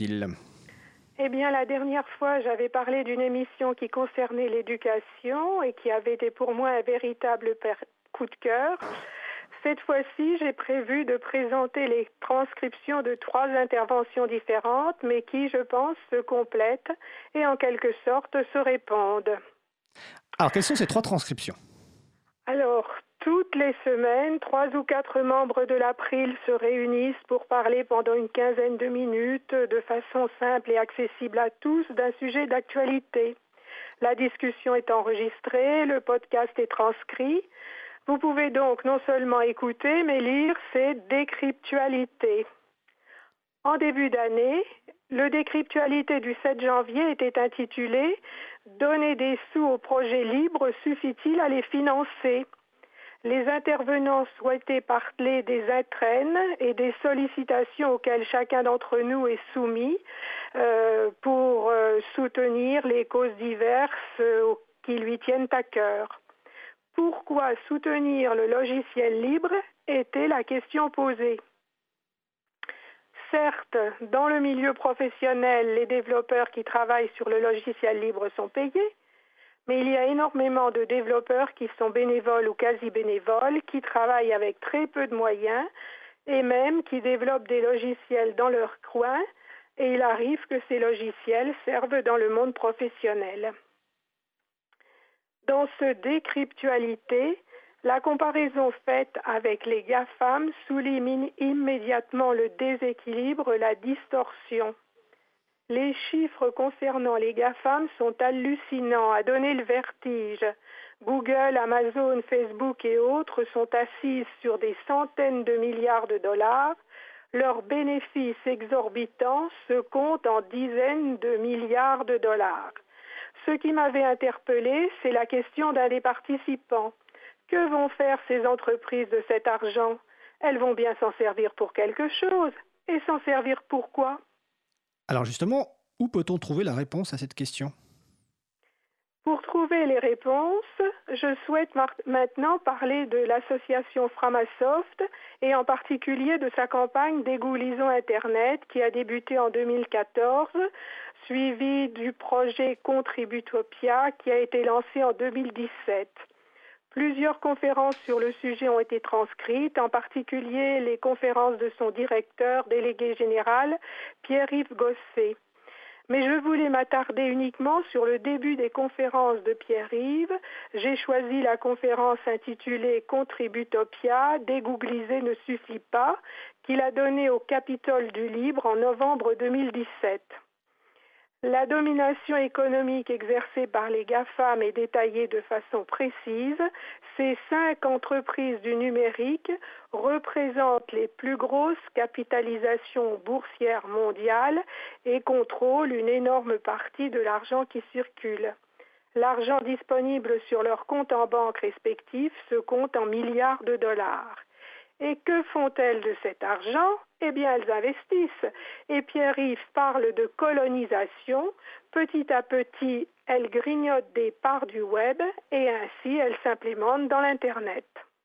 Eh bien, la dernière fois, j'avais parlé d'une émission qui concernait l'éducation et qui avait été pour moi un véritable coup de cœur. cette fois-ci, j'ai prévu de présenter les transcriptions de trois interventions différentes, mais qui, je pense, se complètent et en quelque sorte se répondent. Alors, quelles sont ces trois transcriptions ? Alors, toutes les semaines, trois ou quatre membres de l'April se réunissent pour parler pendant une quinzaine de minutes, de façon simple et accessible à tous, d'un sujet d'actualité. La discussion est enregistrée, le podcast est transcrit. Vous pouvez donc non seulement écouter, mais lire ces décryptualités. En début d'année, le décryptualité du sept janvier était intitulé « Donner des sous aux projets libres suffit-il à les financer ?» Les intervenants souhaitaient parler des entraînes et des sollicitations auxquelles chacun d'entre nous est soumis euh, pour euh, soutenir les causes diverses euh, qui lui tiennent à cœur. Pourquoi soutenir le logiciel libre était la question posée. Certes, dans le milieu professionnel, les développeurs qui travaillent sur le logiciel libre sont payés, mais il y a énormément de développeurs qui sont bénévoles ou quasi-bénévoles, qui travaillent avec très peu de moyens et même qui développent des logiciels dans leur coin, et il arrive que ces logiciels servent dans le monde professionnel. Dans ce décryptualité, la comparaison faite avec les GAFAM souligne immédiatement le déséquilibre, la distorsion. Les chiffres concernant les GAFAM sont hallucinants, à donner le vertige. Google, Amazon, Facebook et autres sont assises sur des centaines de milliards de dollars. Leurs bénéfices exorbitants se comptent en dizaines de milliards de dollars. Ce qui m'avait interpellé, c'est la question d'un des participants. Que vont faire ces entreprises de cet argent ? Elles vont bien s'en servir pour quelque chose. Et s'en servir pour quoi ? Alors justement, où peut-on trouver la réponse à cette question ? Pour trouver les réponses, je souhaite mar- maintenant parler de l'association Framasoft et en particulier de sa campagne d'égoulisons Internet qui a débuté en deux mille quatorze, suivie du projet Contributopia qui a été lancé en deux mille dix-sept. Plusieurs conférences sur le sujet ont été transcrites, en particulier les conférences de son directeur délégué général, Pierre-Yves Gosset. Mais je voulais m'attarder uniquement sur le début des conférences de Pierre-Yves. J'ai choisi la conférence intitulée « Contributopia, dégoogliser ne suffit pas » qu'il a donnée au Capitole du Libre en novembre deux mille dix-sept. La domination économique exercée par les GAFAM est détaillée de façon précise. Ces cinq entreprises du numérique représentent les plus grosses capitalisations boursières mondiales et contrôlent une énorme partie de l'argent qui circule. L'argent disponible sur leurs comptes en banque respectifs se compte en milliards de dollars. Et que font-elles de cet argent ? Eh bien, elles investissent. Et Pierre-Yves parle de colonisation. Petit à petit, elles grignotent des parts du web et ainsi elles s'implémentent dans l'Internet.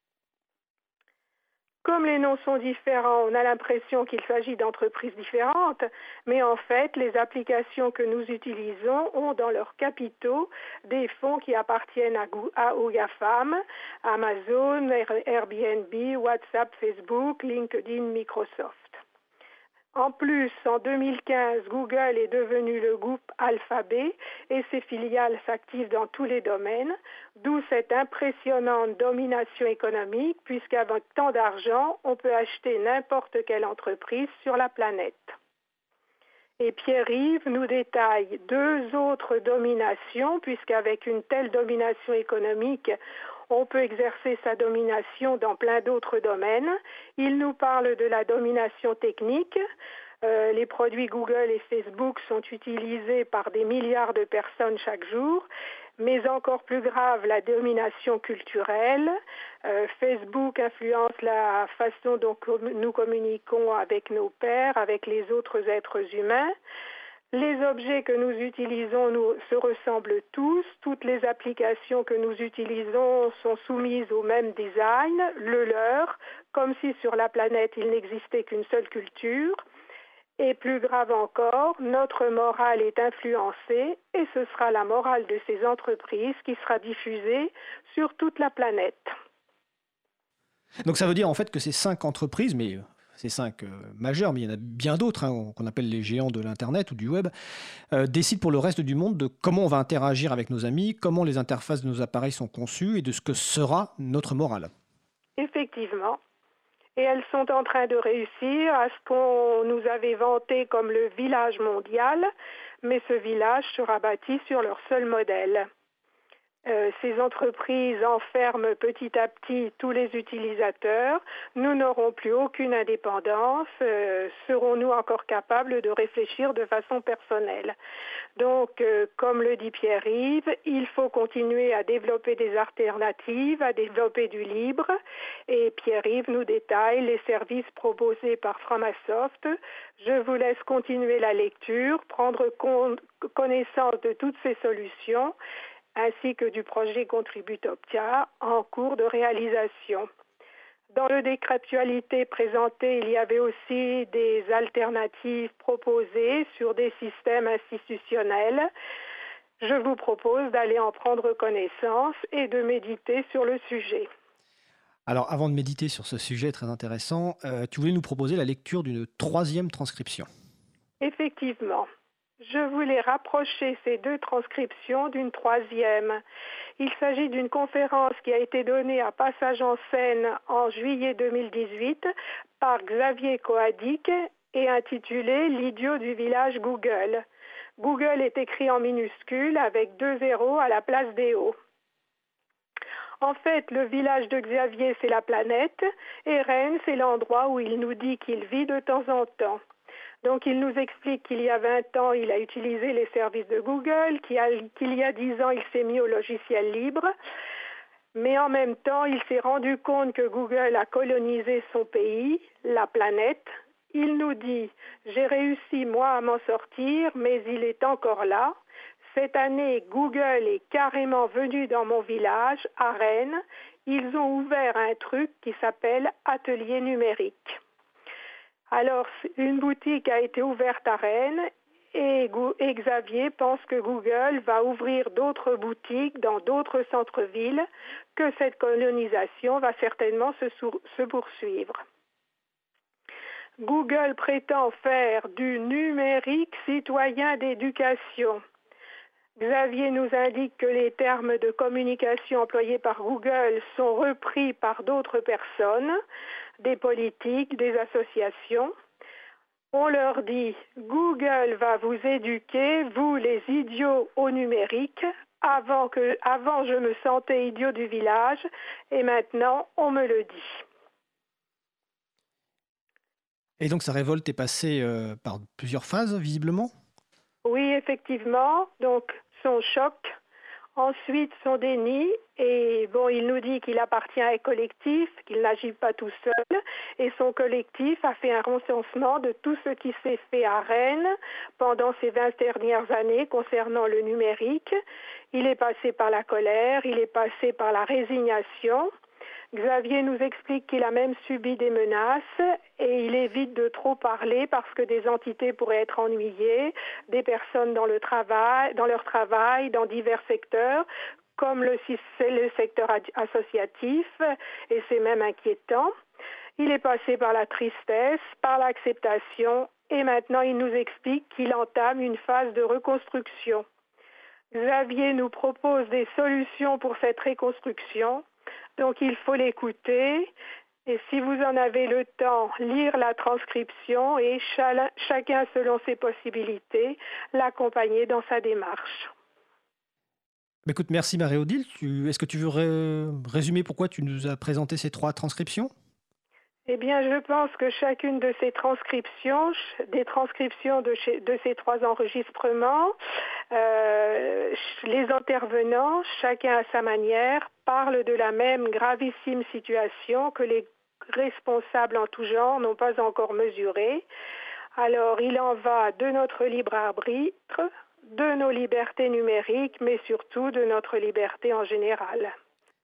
Comme les noms sont différents, on a l'impression qu'il s'agit d'entreprises différentes, mais en fait, les applications que nous utilisons ont dans leurs capitaux des fonds qui appartiennent à, à aux GAFAM, Amazon, Airbnb, WhatsApp, Facebook, LinkedIn, Microsoft. En plus, en deux mille quinze, Google est devenu le groupe Alphabet et ses filiales s'activent dans tous les domaines, d'où cette impressionnante domination économique, puisqu'avec tant d'argent, on peut acheter n'importe quelle entreprise sur la planète. Et Pierre-Yves nous détaille deux autres dominations, puisqu'avec une telle domination économique, on peut exercer sa domination dans plein d'autres domaines. Il nous parle de la domination technique. Euh, les produits Google et Facebook sont utilisés par des milliards de personnes chaque jour. Mais encore plus grave, la domination culturelle. Euh, Facebook influence la façon dont com- nous communiquons avec nos pairs, avec les autres êtres humains. Les objets que nous utilisons nous, se ressemblent tous. Toutes les applications que nous utilisons sont soumises au même design, le leur, comme si sur la planète il n'existait qu'une seule culture. Et plus grave encore, notre morale est influencée et ce sera la morale de ces entreprises qui sera diffusée sur toute la planète. Donc ça veut dire en fait que ces cinq entreprises, mais ces cinq euh, majeures, mais il y en a bien d'autres, hein, qu'on appelle les géants de l'Internet ou du web, euh, décident pour le reste du monde de comment on va interagir avec nos amis, comment les interfaces de nos appareils sont conçues et de ce que sera notre morale. Effectivement. Et elles sont en train de réussir à ce qu'on nous avait vanté comme le village mondial, mais ce village sera bâti sur leur seul modèle. Euh, ces entreprises enferment petit à petit tous les utilisateurs. Nous n'aurons plus aucune indépendance. Euh, serons-nous encore capables de réfléchir de façon personnelle? Donc, euh, comme le dit Pierre-Yves, il faut continuer à développer des alternatives, à développer du libre. Et Pierre-Yves nous détaille les services proposés par Framasoft. Je vous laisse continuer la lecture, prendre con- connaissance de toutes ces solutions, ainsi que du projet Contributopia en cours de réalisation. Dans le décret d'actualité présenté, il y avait aussi des alternatives proposées sur des systèmes institutionnels. Je vous propose d'aller en prendre connaissance et de méditer sur le sujet. Alors avant de méditer sur ce sujet très intéressant, euh, tu voulais nous proposer la lecture d'une troisième transcription. Effectivement. Je voulais rapprocher ces deux transcriptions d'une troisième. Il s'agit d'une conférence qui a été donnée à Passage en Scène en juillet deux mille dix-huit par Xavier Coadic et intitulée « L'idiot du village Google ». Google est écrit en minuscule avec deux zéros à la place des O. En fait, le village de Xavier, c'est la planète, et Rennes, c'est l'endroit où il nous dit qu'il vit de temps en temps. Donc, il nous explique qu'il y a vingt ans, il a utilisé les services de Google, qu'il y a, qu'il y a dix ans, il s'est mis au logiciel libre. Mais en même temps, il s'est rendu compte que Google a colonisé son pays, la planète. Il nous dit « J'ai réussi, moi, à m'en sortir, mais il est encore là. Cette année, Google est carrément venu dans mon village, à Rennes. Ils ont ouvert un truc qui s'appelle Atelier numérique. » Alors, une boutique a été ouverte à Rennes et, et Xavier pense que Google va ouvrir d'autres boutiques dans d'autres centres-villes, que cette colonisation va certainement se, se poursuivre. Google prétend faire du numérique citoyen d'éducation. Xavier nous indique que les termes de communication employés par Google sont repris par d'autres personnes, des politiques, des associations. On leur dit « Google va vous éduquer, vous les idiots au numérique. Avant, que, avant je me sentais idiot du village et maintenant on me le dit. » Et donc sa révolte est passée euh, par plusieurs phases, visiblement? Oui, effectivement. Donc son choc, ensuite son déni, et bon, il nous dit qu'il appartient à un collectif, qu'il n'agit pas tout seul, et son collectif a fait un recensement de tout ce qui s'est fait à Rennes pendant ces vingt dernières années concernant le numérique. Il est passé par la colère, il est passé par la résignation. Xavier nous explique qu'il a même subi des menaces et il évite de trop parler parce que des entités pourraient être ennuyées, des personnes dans le travail, dans leur travail, dans divers secteurs, comme le, le secteur associatif, et c'est même inquiétant. Il est passé par la tristesse, par l'acceptation, et maintenant il nous explique qu'il entame une phase de reconstruction. Xavier nous propose des solutions pour cette reconstruction. Donc il faut l'écouter et si vous en avez le temps, lire la transcription et ch- chacun selon ses possibilités, l'accompagner dans sa démarche. Écoute, merci Marie-Odile. Tu, est-ce que tu veux ré- résumer pourquoi tu nous as présenté ces trois transcriptions ? Eh bien, je pense que chacune de ces transcriptions, des transcriptions de, chez, de ces trois enregistrements, euh, les intervenants, chacun à sa manière, parlent de la même gravissime situation que les responsables en tout genre n'ont pas encore mesurée. Alors, il en va de notre libre arbitre, de nos libertés numériques, mais surtout de notre liberté en général.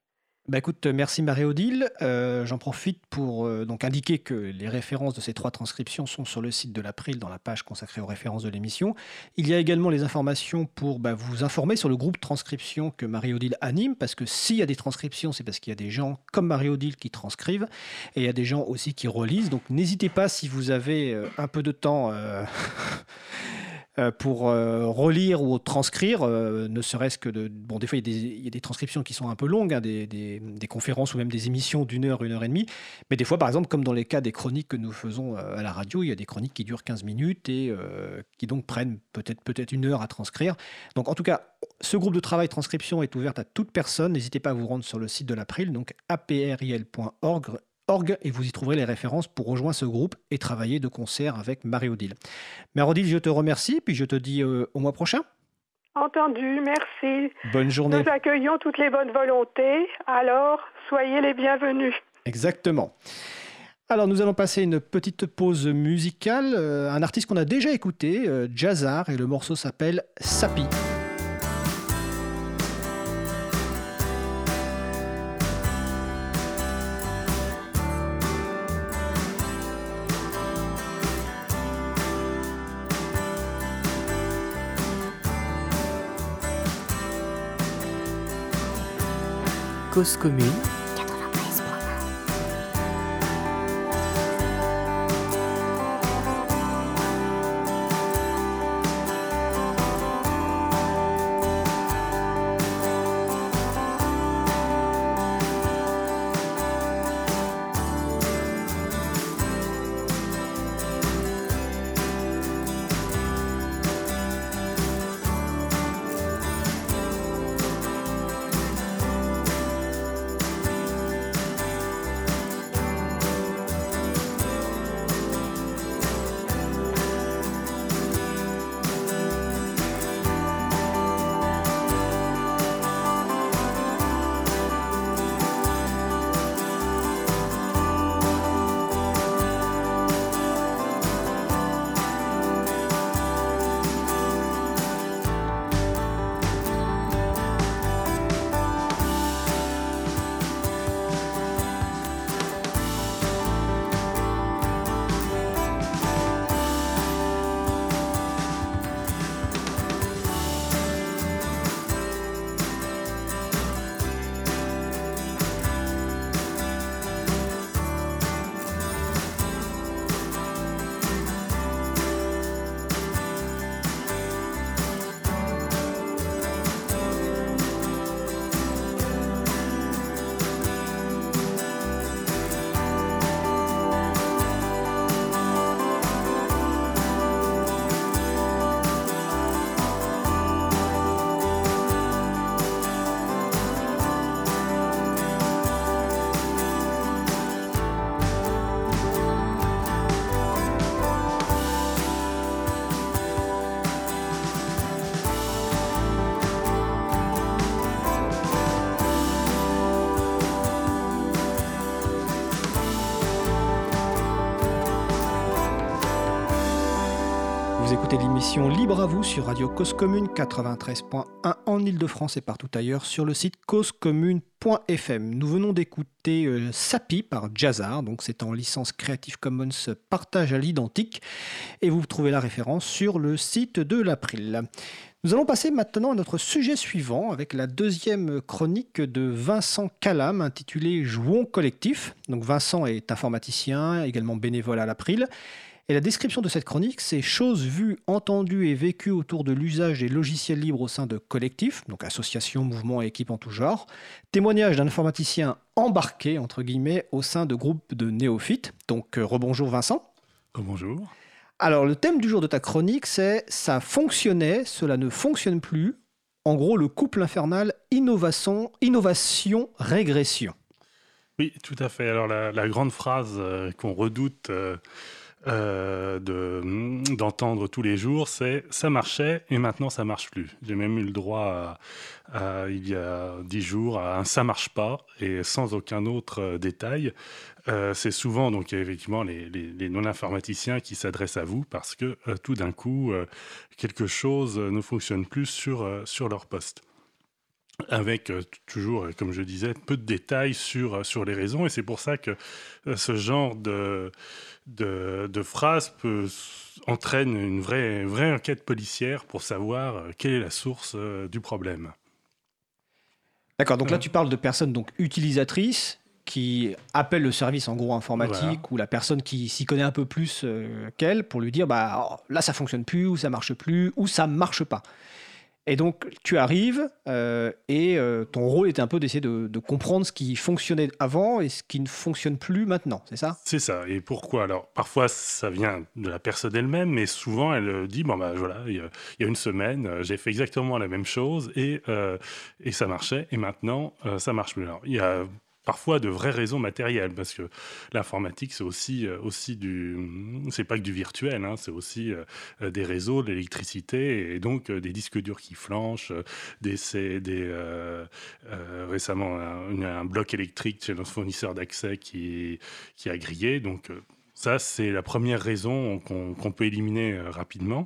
Bah écoute, merci Marie-Odile. Euh, j'en profite pour euh, donc indiquer que les références de ces trois transcriptions sont sur le site de l'April dans la page consacrée aux références de l'émission. Il y a également les informations pour bah, vous informer sur le groupe transcription que Marie-Odile anime, parce que s'il y a des transcriptions, c'est parce qu'il y a des gens comme Marie-Odile qui transcrivent, et il y a des gens aussi qui relisent. Donc n'hésitez pas, si vous avez euh, un peu de temps euh, euh, pour euh, relire ou transcrire, euh, ne serait-ce que de... Bon, des fois, il y a des, il y a des transcriptions qui sont un peu longues, hein, des, des, des conférences ou même des émissions d'une heure, une heure et demie. Mais des fois, par exemple, comme dans les cas des chroniques que nous faisons euh, à la radio, il y a des chroniques qui durent quinze minutes et euh, qui donc prennent peut-être, peut-être une heure à transcrire. Donc, en tout cas, ce groupe de travail transcription est ouvert à toute personne. N'hésitez pas à vous rendre sur le site de l'April, donc april point org. Et vous y trouverez les références pour rejoindre ce groupe et travailler de concert avec Marie-Odile. Marie-Odile, je te remercie, puis je te dis euh, au mois prochain. Entendu, merci. Bonne journée. Nous accueillons toutes les bonnes volontés, alors soyez les bienvenus. Exactement. Alors nous allons passer une petite pause musicale. Euh, un artiste qu'on a déjà écouté, euh, Jazzar, et le morceau s'appelle Sapi. Cause commune quatre-vingt-treize point un. Vous écoutez l'émission Libre à vous sur Radio Cause Commune quatre-vingt-treize point un en Ile-de-France et partout ailleurs sur le site cause commune point f m. Nous venons d'écouter euh, Sapi par Jazzar, donc c'est en licence Creative Commons partage à l'identique et vous trouvez la référence sur le site de l'April. Nous allons passer maintenant à notre sujet suivant avec la deuxième chronique de Vincent Calam intitulée Jouons collectif. Donc Vincent est informaticien, également bénévole à l'April. Et la description de cette chronique, c'est choses vues, entendues et vécues autour de l'usage des logiciels libres au sein de collectifs, donc associations, mouvements et équipes en tout genre. Témoignage d'un informaticien embarqué, entre guillemets, au sein de groupes de néophytes. Donc euh, rebonjour Vincent. Bonjour. Alors le thème du jour de ta chronique, c'est « Ça fonctionnait, cela ne fonctionne plus ». En gros, le couple infernal innovation, innovation, régression. Oui, tout à fait. Alors la, la grande phrase euh, qu'on redoute... Euh, Euh, de, d'entendre tous les jours, c'est « ça marchait et maintenant ça marche plus ». J'ai même eu le droit, à, à, il y a dix jours, à un « ça marche pas » et sans aucun autre euh, détail. Euh, c'est souvent donc effectivement les, les, les non-informaticiens qui s'adressent à vous parce que euh, tout d'un coup, euh, quelque chose ne fonctionne plus sur, euh, sur leur poste. avec euh, toujours, comme je disais, peu de détails sur, sur les raisons. Et c'est pour ça que euh, ce genre de, de, de phrase peut, entraîne une vraie, vraie enquête policière pour savoir euh, quelle est la source euh, du problème. D'accord, donc là Euh. tu parles de personnes donc, utilisatrices qui appellent le service en gros informatique Voilà. ou la personne qui s'y connaît un peu plus euh, qu'elle pour lui dire bah, oh, là ça fonctionne plus, ou ça marche plus, ou ça marche pas. Et donc, tu arrives euh, et euh, ton rôle est un peu d'essayer de, de comprendre ce qui fonctionnait avant et ce qui ne fonctionne plus maintenant, c'est ça ? C'est ça. Et pourquoi ? Alors, parfois, ça vient de la personne elle-même, mais souvent, elle euh, dit, bon, ben voilà, il y a, il y a une semaine, euh, j'ai fait exactement la même chose et, euh, et ça marchait, et maintenant, euh, ça marche plus. Alors, il y a parfois de vraies raisons matérielles, parce que l'informatique, c'est aussi, euh, aussi du... C'est pas que du virtuel, hein, c'est aussi euh, des réseaux, de l'électricité, et donc euh, des disques durs qui flanchent, euh, des, c'est des, euh, euh, récemment un, un bloc électrique chez notre fournisseur d'accès qui, qui a grillé. Donc euh, ça, c'est la première raison qu'on, qu'on peut éliminer euh, rapidement.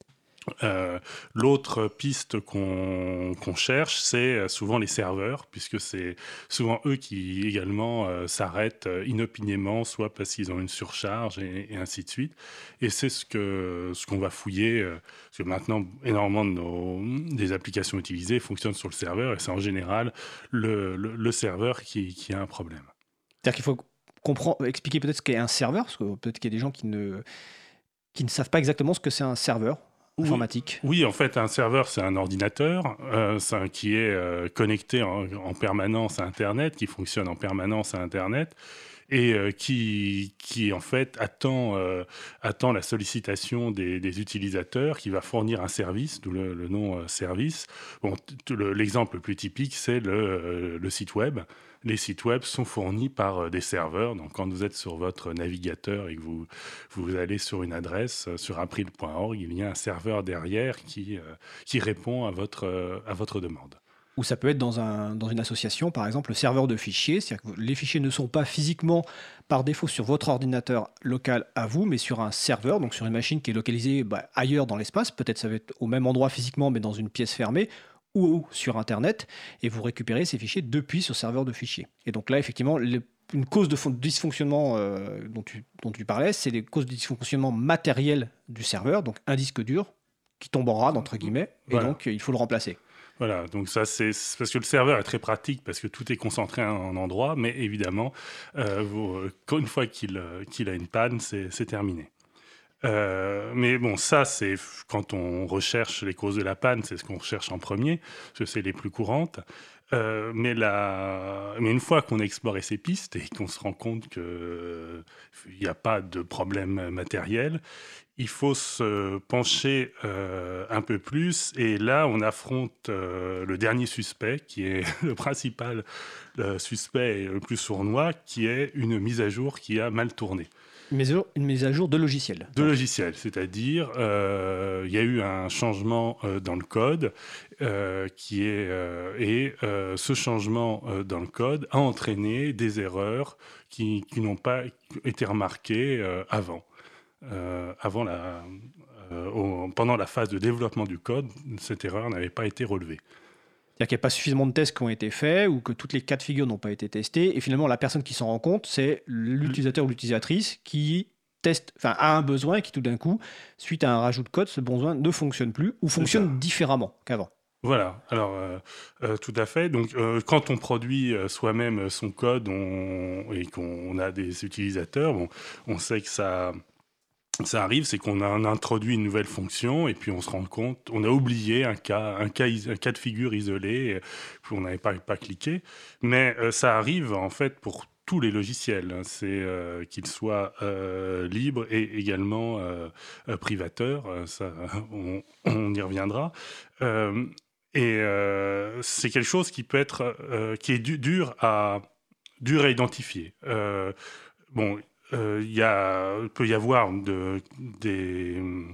Euh, l'autre piste qu'on, qu'on cherche, c'est souvent les serveurs, puisque c'est souvent eux qui également euh, s'arrêtent inopinément, soit parce qu'ils ont une surcharge et, et ainsi de suite. Et c'est ce, que, ce qu'on va fouiller, euh, parce que maintenant, énormément de nos, des applications utilisées fonctionnent sur le serveur, et c'est en général le, le, le serveur qui, qui a un problème. C'est-à-dire qu'il faut comprendre, expliquer peut-être ce qu'est un serveur, parce que peut-être qu'il y a des gens qui ne, qui ne savent pas exactement ce que c'est un serveur informatique. Oui, oui, en fait, un serveur, c'est un ordinateur euh, c'est un, qui est euh, connecté en, en permanence à Internet, qui fonctionne en permanence à Internet et euh, qui, qui, en fait, attend, euh, attend la sollicitation des, des utilisateurs, qui va fournir un service, d'où le, le nom euh, service. Bon, t- le, l'exemple le plus typique, c'est le, euh, le site web. Les sites web sont fournis par des serveurs. Donc, quand vous êtes sur votre navigateur et que vous, vous allez sur une adresse, sur april point org, il y a un serveur derrière qui, euh, qui répond à votre, euh, à votre demande. Ou ça peut être dans, un, dans une association, par exemple, le serveur de fichiers. C'est-à-dire que les fichiers ne sont pas physiquement, par défaut, sur votre ordinateur local à vous, mais sur un serveur, donc sur une machine qui est localisée bah, ailleurs dans l'espace. Peut-être ça va être au même endroit physiquement, mais dans une pièce fermée, ou sur Internet, et vous récupérez ces fichiers depuis ce serveur de fichiers. Et donc là, effectivement, les, une cause de fond, dysfonctionnement euh, dont, tu, dont tu parlais, c'est les causes de dysfonctionnement matériel du serveur, donc un disque dur qui tombe en rade, entre guillemets, et voilà. donc il faut le remplacer. Voilà, donc ça c'est, c'est parce que le serveur est très pratique parce que tout est concentré à un endroit, mais évidemment, euh, vous, une fois qu'il, qu'il a une panne, c'est, c'est terminé. Euh, mais bon, ça, c'est quand on recherche les causes de la panne, c'est ce qu'on recherche en premier, parce que c'est les plus courantes. Euh, mais, la... mais une fois qu'on a exploré ces pistes et qu'on se rend compte qu'il n'y a pas de problème matériel, il faut se pencher euh, un peu plus. Et là, on affronte euh, le dernier suspect, qui est le principal le suspect et le plus sournois, qui est une mise à jour qui a mal tourné. Une mise à jour, une mise à jour de logiciel. De logiciel, c'est-à-dire il euh, y a eu un changement euh, dans le code euh, qui est euh, et euh, ce changement euh, dans le code a entraîné des erreurs qui, qui n'ont pas été remarquées euh, avant, euh, avant la, euh, au, pendant la phase de développement du code, cette erreur n'avait pas été relevée. C'est-à-dire qu'il n'y a pas suffisamment de tests qui ont été faits ou que toutes les cas de figure n'ont pas été testés. Et finalement, la personne qui s'en rend compte, c'est l'utilisateur ou l'utilisatrice qui teste, enfin, a un besoin et qui tout d'un coup, suite à un rajout de code, ce besoin ne fonctionne plus ou fonctionne différemment qu'avant. Voilà, alors euh, euh, tout à fait. Donc, euh, quand on produit euh, soi-même son code on, et qu'on a des utilisateurs, bon, on sait que ça... Ça arrive, c'est qu'on a introduit une nouvelle fonction et puis on se rend compte, on a oublié un cas, un cas, un cas de figure isolé, et puis on n'avait pas, pas cliqué. Mais euh, ça arrive en fait pour tous les logiciels, hein. C'est euh, qu'ils soient euh, libres et également euh, euh, privateurs. Ça, on, on y reviendra. Euh, et euh, c'est quelque chose qui peut être, euh, qui est du, dur à, dur à identifier. Euh, bon. Il euh, y a, peut y avoir de, des,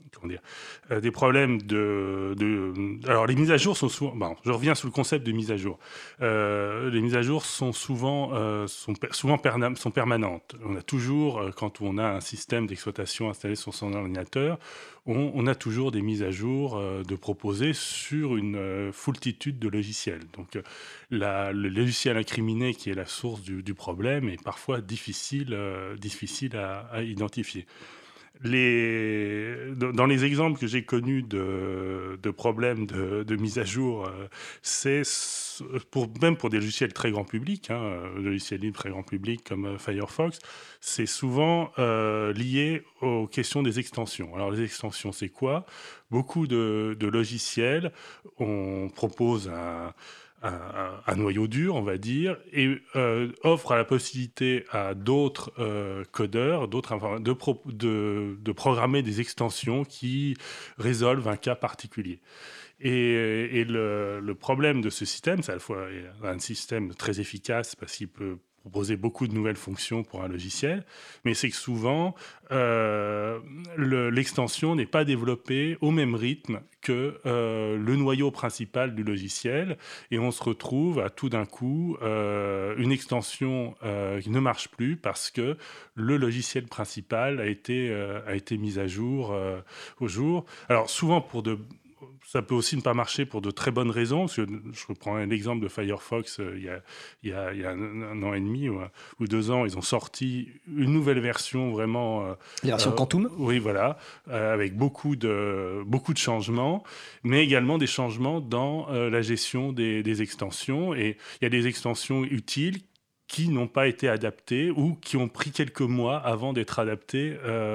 comment dire, euh, des problèmes de, de... Alors, les mises à jour sont souvent... Bon, je reviens sur le concept de mise à jour. Euh, les mises à jour sont souvent, euh, sont souvent perna... sont permanentes. On a toujours, euh, quand on a un système d'exploitation installé sur son ordinateur, on, on a toujours des mises à jour euh, de proposer sur une euh, foultitude de logiciels. Donc, euh, la, le logiciel incriminé qui est la source du, du problème est parfois difficile, euh, difficile à, à identifier. Les, dans les exemples que j'ai connus de, de problèmes de, de mise à jour, euh, c'est pour, même pour des logiciels très grand public, hein, logiciels libres très grand public comme euh, Firefox, c'est souvent euh, lié aux questions des extensions. Alors les extensions, c'est quoi ? Beaucoup de, de logiciels, on propose un... Un, un, un noyau dur, on va dire, et euh, offre la possibilité à d'autres euh, codeurs, d'autres de, pro, de, de programmer des extensions qui résolvent un cas particulier. Et, et le, le problème de ce système, c'est à la fois un système très efficace parce qu'il peut proposer beaucoup de nouvelles fonctions pour un logiciel, mais c'est que souvent, euh, le, l'extension n'est pas développée au même rythme que euh, le noyau principal du logiciel, et on se retrouve à tout d'un coup euh, une extension euh, qui ne marche plus parce que le logiciel principal a été, euh, a été mis à jour euh, au jour. Alors souvent pour de... Ça peut aussi ne pas marcher pour de très bonnes raisons. Parce que je reprends un exemple de Firefox. Euh, il, y a, il, y a, il y a un, un an et demi ou, ou deux ans, ils ont sorti une nouvelle version vraiment... Euh, La version euh, Quantum. Oui, voilà. Euh, avec beaucoup de, beaucoup de changements, mais également des changements dans euh, la gestion des, des extensions. Et il y a des extensions utiles qui n'ont pas été adaptés ou qui ont pris quelques mois avant d'être adaptés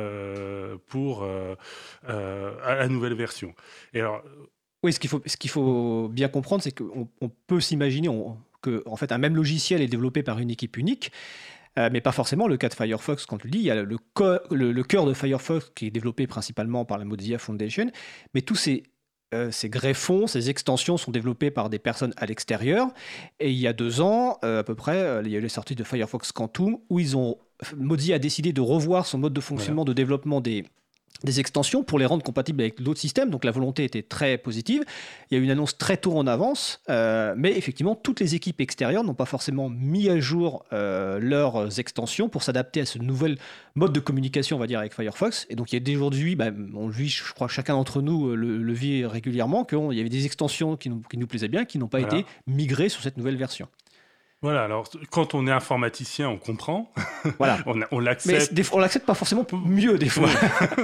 euh, pour euh, euh, à la nouvelle version. Et alors, oui, ce qu'il faut, ce qu'il faut bien comprendre, c'est qu'on on peut s'imaginer on, que en fait, un même logiciel est développé par une équipe unique, euh, mais pas forcément le cas de Firefox. Quand tu le dis, il y a le, co- le, le cœur de Firefox qui est développé principalement par la Mozilla Foundation, mais tous ces Euh, ces greffons, ces extensions sont développées par des personnes à l'extérieur. Et il y a deux ans, euh, à peu près, euh, il y a eu les sorties de Firefox Quantum, où ils ont, Mozilla a décidé de revoir son mode de fonctionnement, voilà, de développement des, des extensions pour les rendre compatibles avec d'autres systèmes. Donc la volonté était très positive. Il y a eu une annonce très tôt en avance, euh, mais effectivement, toutes les équipes extérieures n'ont pas forcément mis à jour euh, leurs extensions pour s'adapter à ce nouvel mode de communication, on va dire, avec Firefox. Et donc il y a dès aujourd'hui, bah, on le vit, je crois que chacun d'entre nous le, le vit régulièrement, qu'il y avait des extensions qui nous, qui nous plaisaient bien, qui n'ont pas voilà. été migrées sur cette nouvelle version. Voilà, alors quand on est informaticien, on comprend, voilà. on, on l'accepte. Mais des, on l'accepte pas forcément mieux des fois.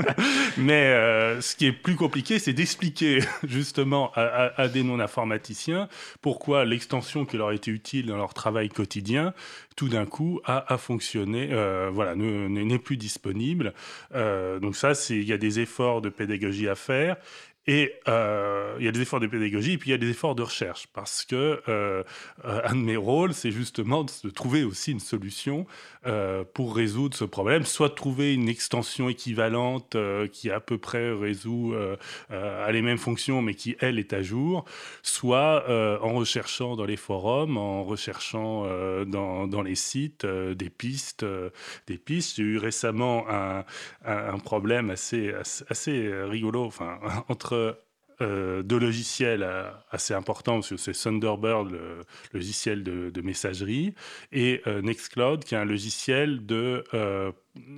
Mais euh, ce qui est plus compliqué, c'est d'expliquer justement à, à, à des non-informaticiens pourquoi l'extension qui leur était utile dans leur travail quotidien, tout d'un coup, a, a fonctionné, euh, voilà, ne, n'est plus disponible. Euh, donc ça, c'est, il y a des efforts de pédagogie à faire. Et euh, il y a des efforts de pédagogie et puis il y a des efforts de recherche parce que euh, un de mes rôles, c'est justement de trouver aussi une solution euh, pour résoudre ce problème, soit de trouver une extension équivalente euh, qui à peu près résout euh, euh, a les mêmes fonctions mais qui, elle, est à jour, soit euh, en recherchant dans les forums, en recherchant euh, dans, dans les sites euh, des pistes. Euh, des pistes. J'ai eu récemment un, un, un problème assez, assez, assez rigolo, enfin, entre Euh, deux logiciels euh, assez importants, parce que c'est Thunderbird, le logiciel de, de messagerie, et euh, Nextcloud, qui est un logiciel de, euh,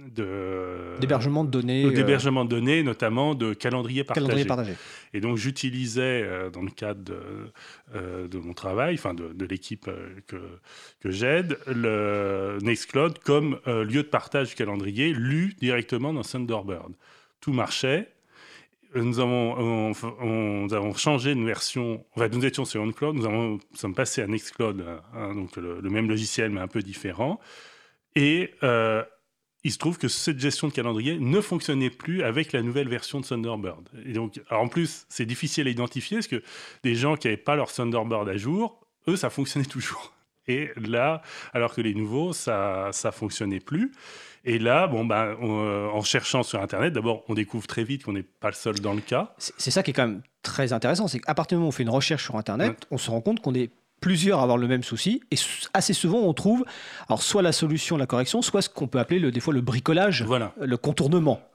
de d'hébergement de données, euh, d'hébergement de données, notamment de calendrier partagé. Calendrier partagé. Et donc j'utilisais euh, dans le cadre de, euh, de mon travail, enfin de, de l'équipe euh, que, que j'aide, le Nextcloud comme euh, lieu de partage du calendrier, lu directement dans Thunderbird. Tout marchait. Nous avons, on, on, nous avons changé une version. Enfin, nous étions sur OnCloud, nous, avons, nous sommes passés à Nextcloud, hein, donc le, le même logiciel mais un peu différent. Et euh, il se trouve que cette gestion de calendrier ne fonctionnait plus avec la nouvelle version de Thunderbird. Et donc, alors en plus, c'est difficile à identifier parce que des gens qui n'avaient pas leur Thunderbird à jour, eux, ça fonctionnait toujours. Et là, alors que les nouveaux, ça ne fonctionnait plus. Et là, bon, ben, on, en cherchant sur Internet, d'abord, on découvre très vite qu'on n'est pas le seul dans le cas. C'est, c'est ça qui est quand même très intéressant, c'est qu'à partir du moment où on fait une recherche sur Internet, ouais. on se rend compte qu'on est plusieurs à avoir le même souci, et assez souvent, on trouve alors, soit la solution, la correction, soit ce qu'on peut appeler le, des fois le bricolage, voilà. le contournement.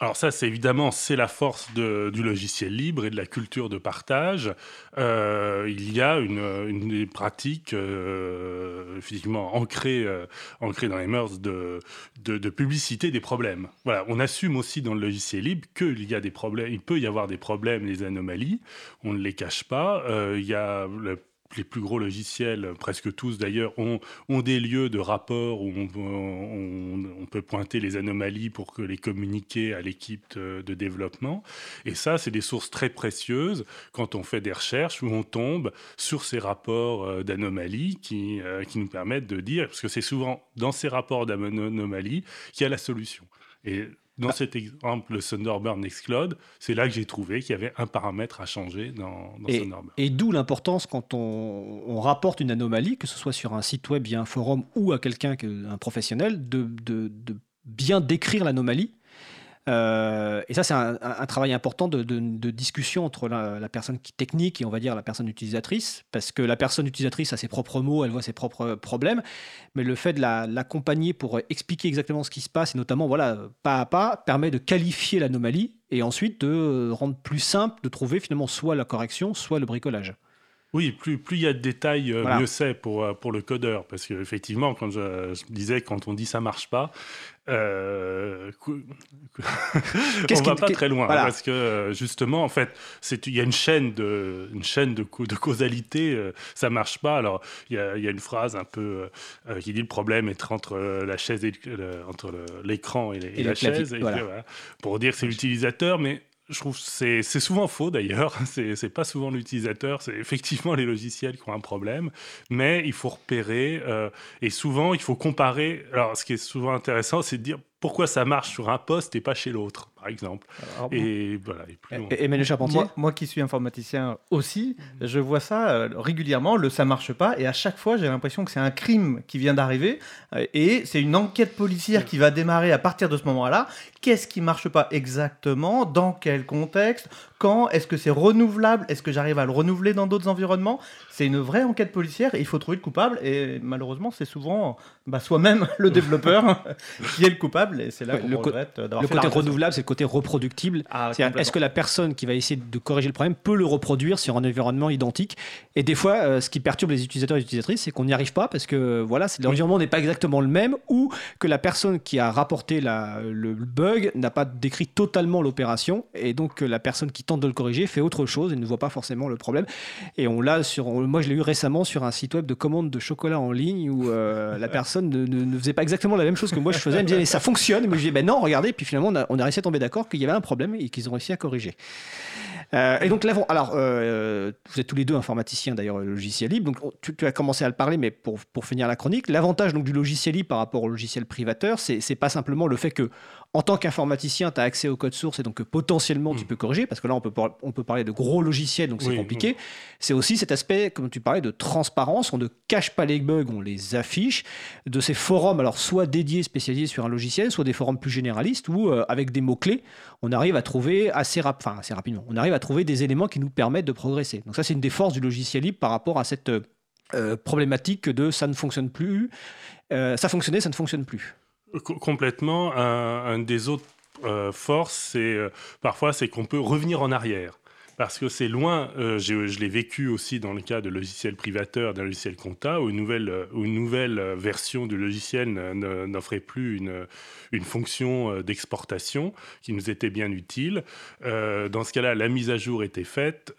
Alors ça, c'est évidemment, c'est la force de, du logiciel libre et de la culture de partage. Euh, il y a une, une des pratiques euh, effectivement ancrées, euh, ancrées dans les mœurs de, de, de publicité des problèmes. Voilà, on assume aussi dans le logiciel libre qu'il y a des problèmes, il peut y avoir des problèmes, des anomalies. On ne les cache pas. Euh, il y a le Les plus gros logiciels, presque tous d'ailleurs, ont, ont des lieux de rapport où on, on, on peut pointer les anomalies pour que les communiquer à l'équipe de, de développement. Et ça, c'est des sources très précieuses quand on fait des recherches où on tombe sur ces rapports d'anomalies qui, euh, qui nous permettent de dire, parce que c'est souvent dans ces rapports d'anomalies qu'il y a la solution. Et dans ah. cet exemple, le Thunderbird Nextcloud, c'est là que j'ai trouvé qu'il y avait un paramètre à changer dans, dans et, Thunderbird. Et d'où l'importance quand on, on rapporte une anomalie, que ce soit sur un site web, via un forum ou à quelqu'un, un professionnel, de, de, de bien décrire l'anomalie. Euh, et ça, c'est un, un, un travail important de, de, de discussion entre la, la personne qui technique et on va dire la personne utilisatrice, parce que la personne utilisatrice a ses propres mots, elle voit ses propres problèmes, mais le fait de la, l'accompagner pour expliquer exactement ce qui se passe, et notamment voilà, pas à pas, permet de qualifier l'anomalie et ensuite de rendre plus simple de trouver finalement soit la correction, soit le bricolage. Oui, plus plus il y a de détails, euh, voilà. mieux c'est pour, pour le codeur. Parce qu'effectivement, quand je, je disais, quand on dit ça marche pas, euh, on ne va pas très loin. Voilà. Parce que justement, en fait, c'est, il y a une chaîne de, une chaîne de, de causalité, euh, ça marche pas. Alors, il y a, il y a une phrase un peu euh, qui dit le problème est entre la chaise et le, entre le, l'écran et, les, et, et la chaise. Et voilà. Puis, voilà, pour dire que c'est l'utilisateur, mais je trouve que c'est, c'est souvent faux d'ailleurs, c'est, c'est pas souvent l'utilisateur, c'est effectivement les logiciels qui ont un problème, mais il faut repérer euh, et souvent il faut comparer. Alors ce qui est souvent intéressant, c'est de dire pourquoi ça marche sur un poste et pas chez l'autre, par exemple. Alors, et voilà. Et, plus et, et Emmanuel Charpentier. Moi, moi qui suis informaticien aussi, mmh. je vois ça euh, régulièrement, le ça marche pas, et à chaque fois j'ai l'impression que c'est un crime qui vient d'arriver, euh, et c'est une enquête policière mmh. qui va démarrer à partir de ce moment-là. Qu'est-ce qui marche pas exactement? Dans quel contexte? Quand? Est-ce que c'est renouvelable? Est-ce que j'arrive à le renouveler dans d'autres environnements? C'est une vraie enquête policière et il faut trouver le coupable. Et malheureusement, c'est souvent bah, soi-même le développeur qui est le coupable. Et c'est là ouais, qu'on le regrette d'avoir le fait côté la renouvelable, c'est le côté reproductible. Ah, est-ce que la personne qui va essayer de corriger le problème peut le reproduire sur un environnement identique? Et des fois, euh, ce qui perturbe les utilisateurs et les utilisatrices, c'est qu'on n'y arrive pas parce que voilà, c'est, l'environnement n'est pas exactement le même ou que la personne qui a rapporté la, le bug n'a pas décrit totalement l'opération et donc la personne qui tente de le corriger fait autre chose et ne voit pas forcément le problème. Et on l'a sur, moi je l'ai eu récemment sur un site web de commande de chocolat en ligne où euh, la personne ne, ne, ne faisait pas exactement la même chose que moi je faisais. Elle me disait mais ça fonctionne. Et moi je disais ben non, regardez. Et puis finalement on a, on a réussi à tomber d'accord qu'il y avait un problème et qu'ils ont réussi à corriger. Euh, et donc l'avant, alors euh, vous êtes tous les deux informaticiens d'ailleurs logiciel libre, donc tu, tu as commencé à le parler, mais pour, pour finir la chronique, l'avantage donc du logiciel libre par rapport au logiciel privateur, c'est, c'est pas simplement le fait que en tant qu'informaticien, tu as accès au code source et donc que potentiellement mmh. tu peux corriger, parce que là on peut, par, on peut parler de gros logiciels, donc c'est oui, compliqué. Oui. C'est aussi cet aspect, comme tu parlais, de transparence, on ne cache pas les bugs, on les affiche, de ces forums, alors soit dédiés, spécialisés sur un logiciel, soit des forums plus généralistes où euh, avec des mots-clés, on arrive à trouver assez, rap- enfin, assez rapidement, on arrive à trouver des éléments qui nous permettent de progresser. Donc ça c'est une des forces du logiciel libre par rapport à cette euh, problématique de ça ne fonctionne plus, euh, ça fonctionnait, ça ne fonctionne plus. Complètement. Un, un des autres euh, forces, c'est, euh, parfois, c'est qu'on peut revenir en arrière. Parce que c'est loin, euh, je, je l'ai vécu aussi dans le cas de logiciels privateurs, d'un logiciel compta, où une nouvelle, où une nouvelle version du logiciel ne, n'offrait plus une, une fonction d'exportation qui nous était bien utile. Euh, dans ce cas-là, la mise à jour était faite.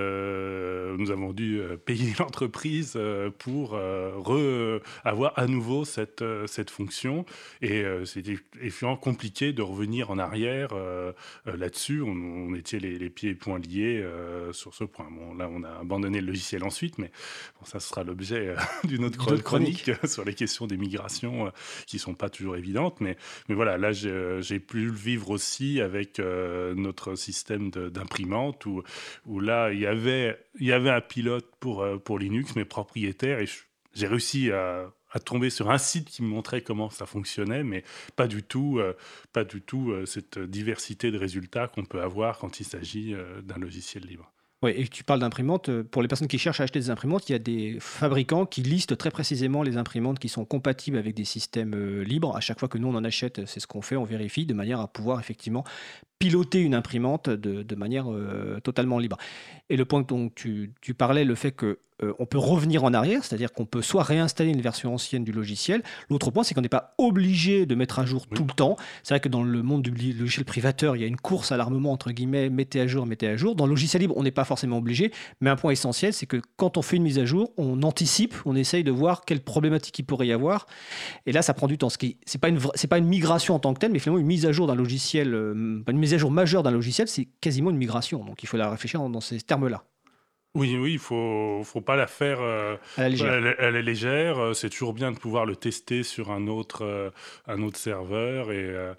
Euh, nous avons dû payer l'entreprise pour euh, re, avoir à nouveau cette, cette fonction. Et euh, c'était effectivement compliqué de revenir en arrière euh, là-dessus. On, on était les, les pieds et poings liés. Euh, sur ce point. Bon, là, on a abandonné le logiciel ensuite, mais bon, ça sera l'objet euh, d'une autre chronique, chronique sur les questions des migrations euh, qui ne sont pas toujours évidentes. Mais, mais voilà, là, j'ai, j'ai pu le vivre aussi avec euh, notre système de, d'imprimante où, où là, il y avait, il y avait un pilote pour, euh, pour Linux, mais propriétaire, et je, j'ai réussi à à tomber sur un site qui me montrait comment ça fonctionnait, mais pas du tout, euh, pas du tout euh, cette diversité de résultats qu'on peut avoir quand il s'agit euh, d'un logiciel libre. Oui, et tu parles d'imprimantes. euh, Pour les personnes qui cherchent à acheter des imprimantes, il y a des fabricants qui listent très précisément les imprimantes qui sont compatibles avec des systèmes euh, libres. À chaque fois que nous on en achète, c'est ce qu'on fait, on vérifie de manière à pouvoir effectivement piloter une imprimante de, de manière euh, totalement libre. Et le point dont tu, tu parlais, le fait que euh, on peut revenir en arrière, c'est-à-dire qu'on peut soit réinstaller une version ancienne du logiciel. L'autre point, c'est qu'on n'est pas obligé de mettre à jour tout le temps. C'est vrai que dans le monde du li- logiciel privateur, il y a une course à l'armement, entre guillemets, mettez à jour, mettez à jour. Dans le logiciel libre, on n'est pas forcément obligé, mais un point essentiel, c'est que quand on fait une mise à jour, on anticipe, on essaye de voir quelles problématiques il pourrait y avoir. Et là, ça prend du temps. Ce qui, c'est pas une, vra- c'est pas une migration en tant que telle, mais finalement une mise à jour d'un logiciel, euh, pas une mise à jour majeure d'un logiciel, c'est quasiment une migration. Donc il faut la réfléchir dans, dans ces termes-là. Oui, oui, il faut, faut pas la faire euh, À la légère. à la- à la légère. Euh, C'est toujours bien de pouvoir le tester sur un autre, euh, un autre serveur et euh,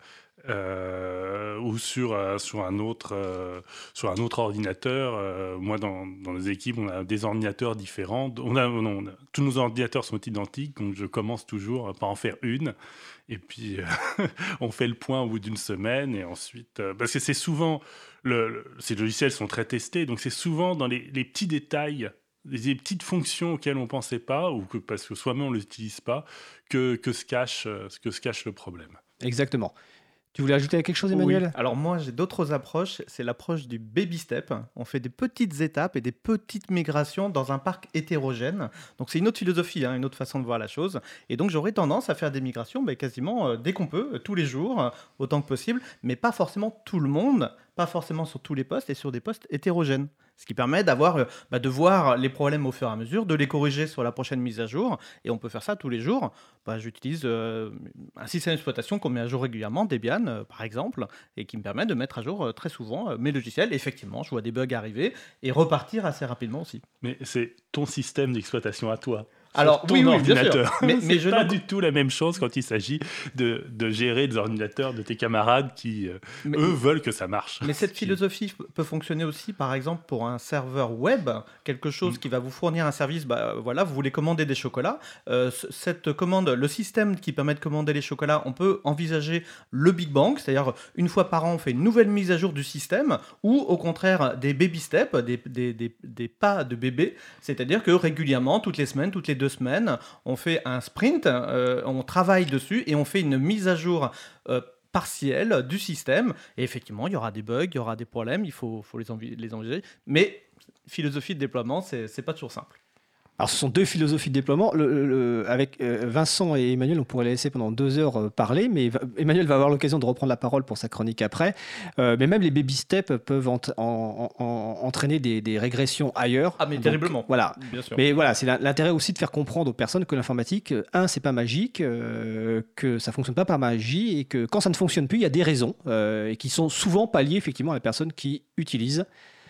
euh, ou sur, euh, sur un autre, euh, sur un autre ordinateur. Euh, moi, dans, dans les équipes, on a des ordinateurs différents. On a, non, on a- tous nos ordinateurs sont identiques, donc je commence toujours par en faire une. Et puis, euh, on fait le point au bout d'une semaine. Et ensuite, euh, parce que c'est souvent, le, le- ces logiciels sont très testés, donc c'est souvent dans les, les petits détails, les, les petites fonctions auxquelles on ne pensait pas, ou que, parce que soi-même on ne l'utilise pas, que, que, se cache, euh, que se cache le problème. Exactement. Tu voulais ajouter quelque chose, Emmanuel ? Oui. Alors moi, j'ai d'autres approches. C'est l'approche du baby step. On fait des petites étapes et des petites migrations dans un parc hétérogène. Donc c'est une autre philosophie, hein, une autre façon de voir la chose. Et donc j'aurais tendance à faire des migrations ben, quasiment euh, dès qu'on peut, euh, tous les jours, euh, autant que possible, mais pas forcément tout le monde, pas forcément sur tous les postes et sur des postes hétérogènes. Ce qui permet d'avoir, euh, bah, de voir les problèmes au fur et à mesure, de les corriger sur la prochaine mise à jour. Et on peut faire ça tous les jours. Bah, j'utilise euh, un système d'exploitation qu'on met à jour régulièrement, Debian euh, par exemple, et qui me permet de mettre à jour euh, très souvent euh, mes logiciels. Effectivement, je vois des bugs arriver et repartir assez rapidement aussi. Mais c'est ton système d'exploitation à toi. Alors, ton oui, oui, bien sûr. ordinateur. Mais- mais c'est je pas ne- du tout la même chose quand il s'agit de, de gérer des ordinateurs de tes camarades qui, euh, Mais- eux, veulent que ça marche. Mais cette philosophie p- peut fonctionner aussi, par exemple, pour un serveur web, quelque chose qui va vous fournir un service. Bah, voilà, vous voulez commander des chocolats. Euh, c- cette commande, le système qui permet de commander les chocolats, on peut envisager le Big Bang, c'est-à-dire une fois par an, on fait une nouvelle mise à jour du système, ou au contraire des baby steps, des, des, des, des pas de bébé, c'est-à-dire que régulièrement, toutes les semaines, toutes les deux semaines, on fait un sprint, euh, on travaille dessus et on fait une mise à jour euh, partielle du système. Et effectivement, il y aura des bugs, il y aura des problèmes, il faut, faut les, envi- les envisager. Mais philosophie de déploiement, c'est c'est pas toujours simple. Alors, ce sont deux philosophies de déploiement. Le- le- le- avec euh, Vincent et Emmanuel, on pourrait les laisser pendant deux heures euh, parler, mais Va- Emmanuel va avoir l'occasion de reprendre la parole pour sa chronique après. Euh, mais même les baby steps peuvent ent- en- en- en- entraîner des, des régressions ailleurs. Ah, mais Donc, terriblement. Voilà. Bien sûr. Mais voilà, c'est l'in- l'intérêt aussi de faire comprendre aux personnes que l'informatique, euh, un, c'est pas magique, euh, que ça fonctionne pas par magie, et que quand ça ne fonctionne plus, il y a des raisons, euh, et qui sont souvent pas liées effectivement à la personne qui utilise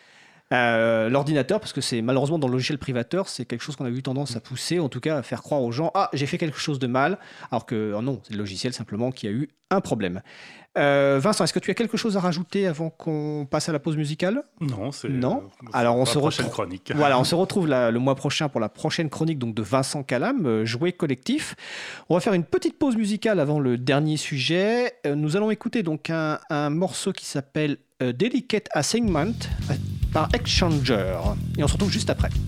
Euh, l'ordinateur, parce que c'est malheureusement dans le logiciel privateur, c'est quelque chose qu'on a eu tendance à pousser, en tout cas à faire croire aux gens, ah, j'ai fait quelque chose de mal, alors que oh non, c'est le logiciel simplement qui a eu un problème. Euh, Vincent, est-ce que tu as quelque chose à rajouter avant qu'on passe à la pause musicale ? Non, c'est Non. euh, c'est Alors on la se prochaine retrouve. chronique. Voilà, on se retrouve la- le mois prochain pour la prochaine chronique donc de Vincent Calam, euh, Jouet collectif. On va faire une petite pause musicale avant le dernier sujet. Euh, nous allons écouter donc un, un morceau qui s'appelle euh, Delicate Assignment euh, par Exchanger. Et on se retrouve juste après.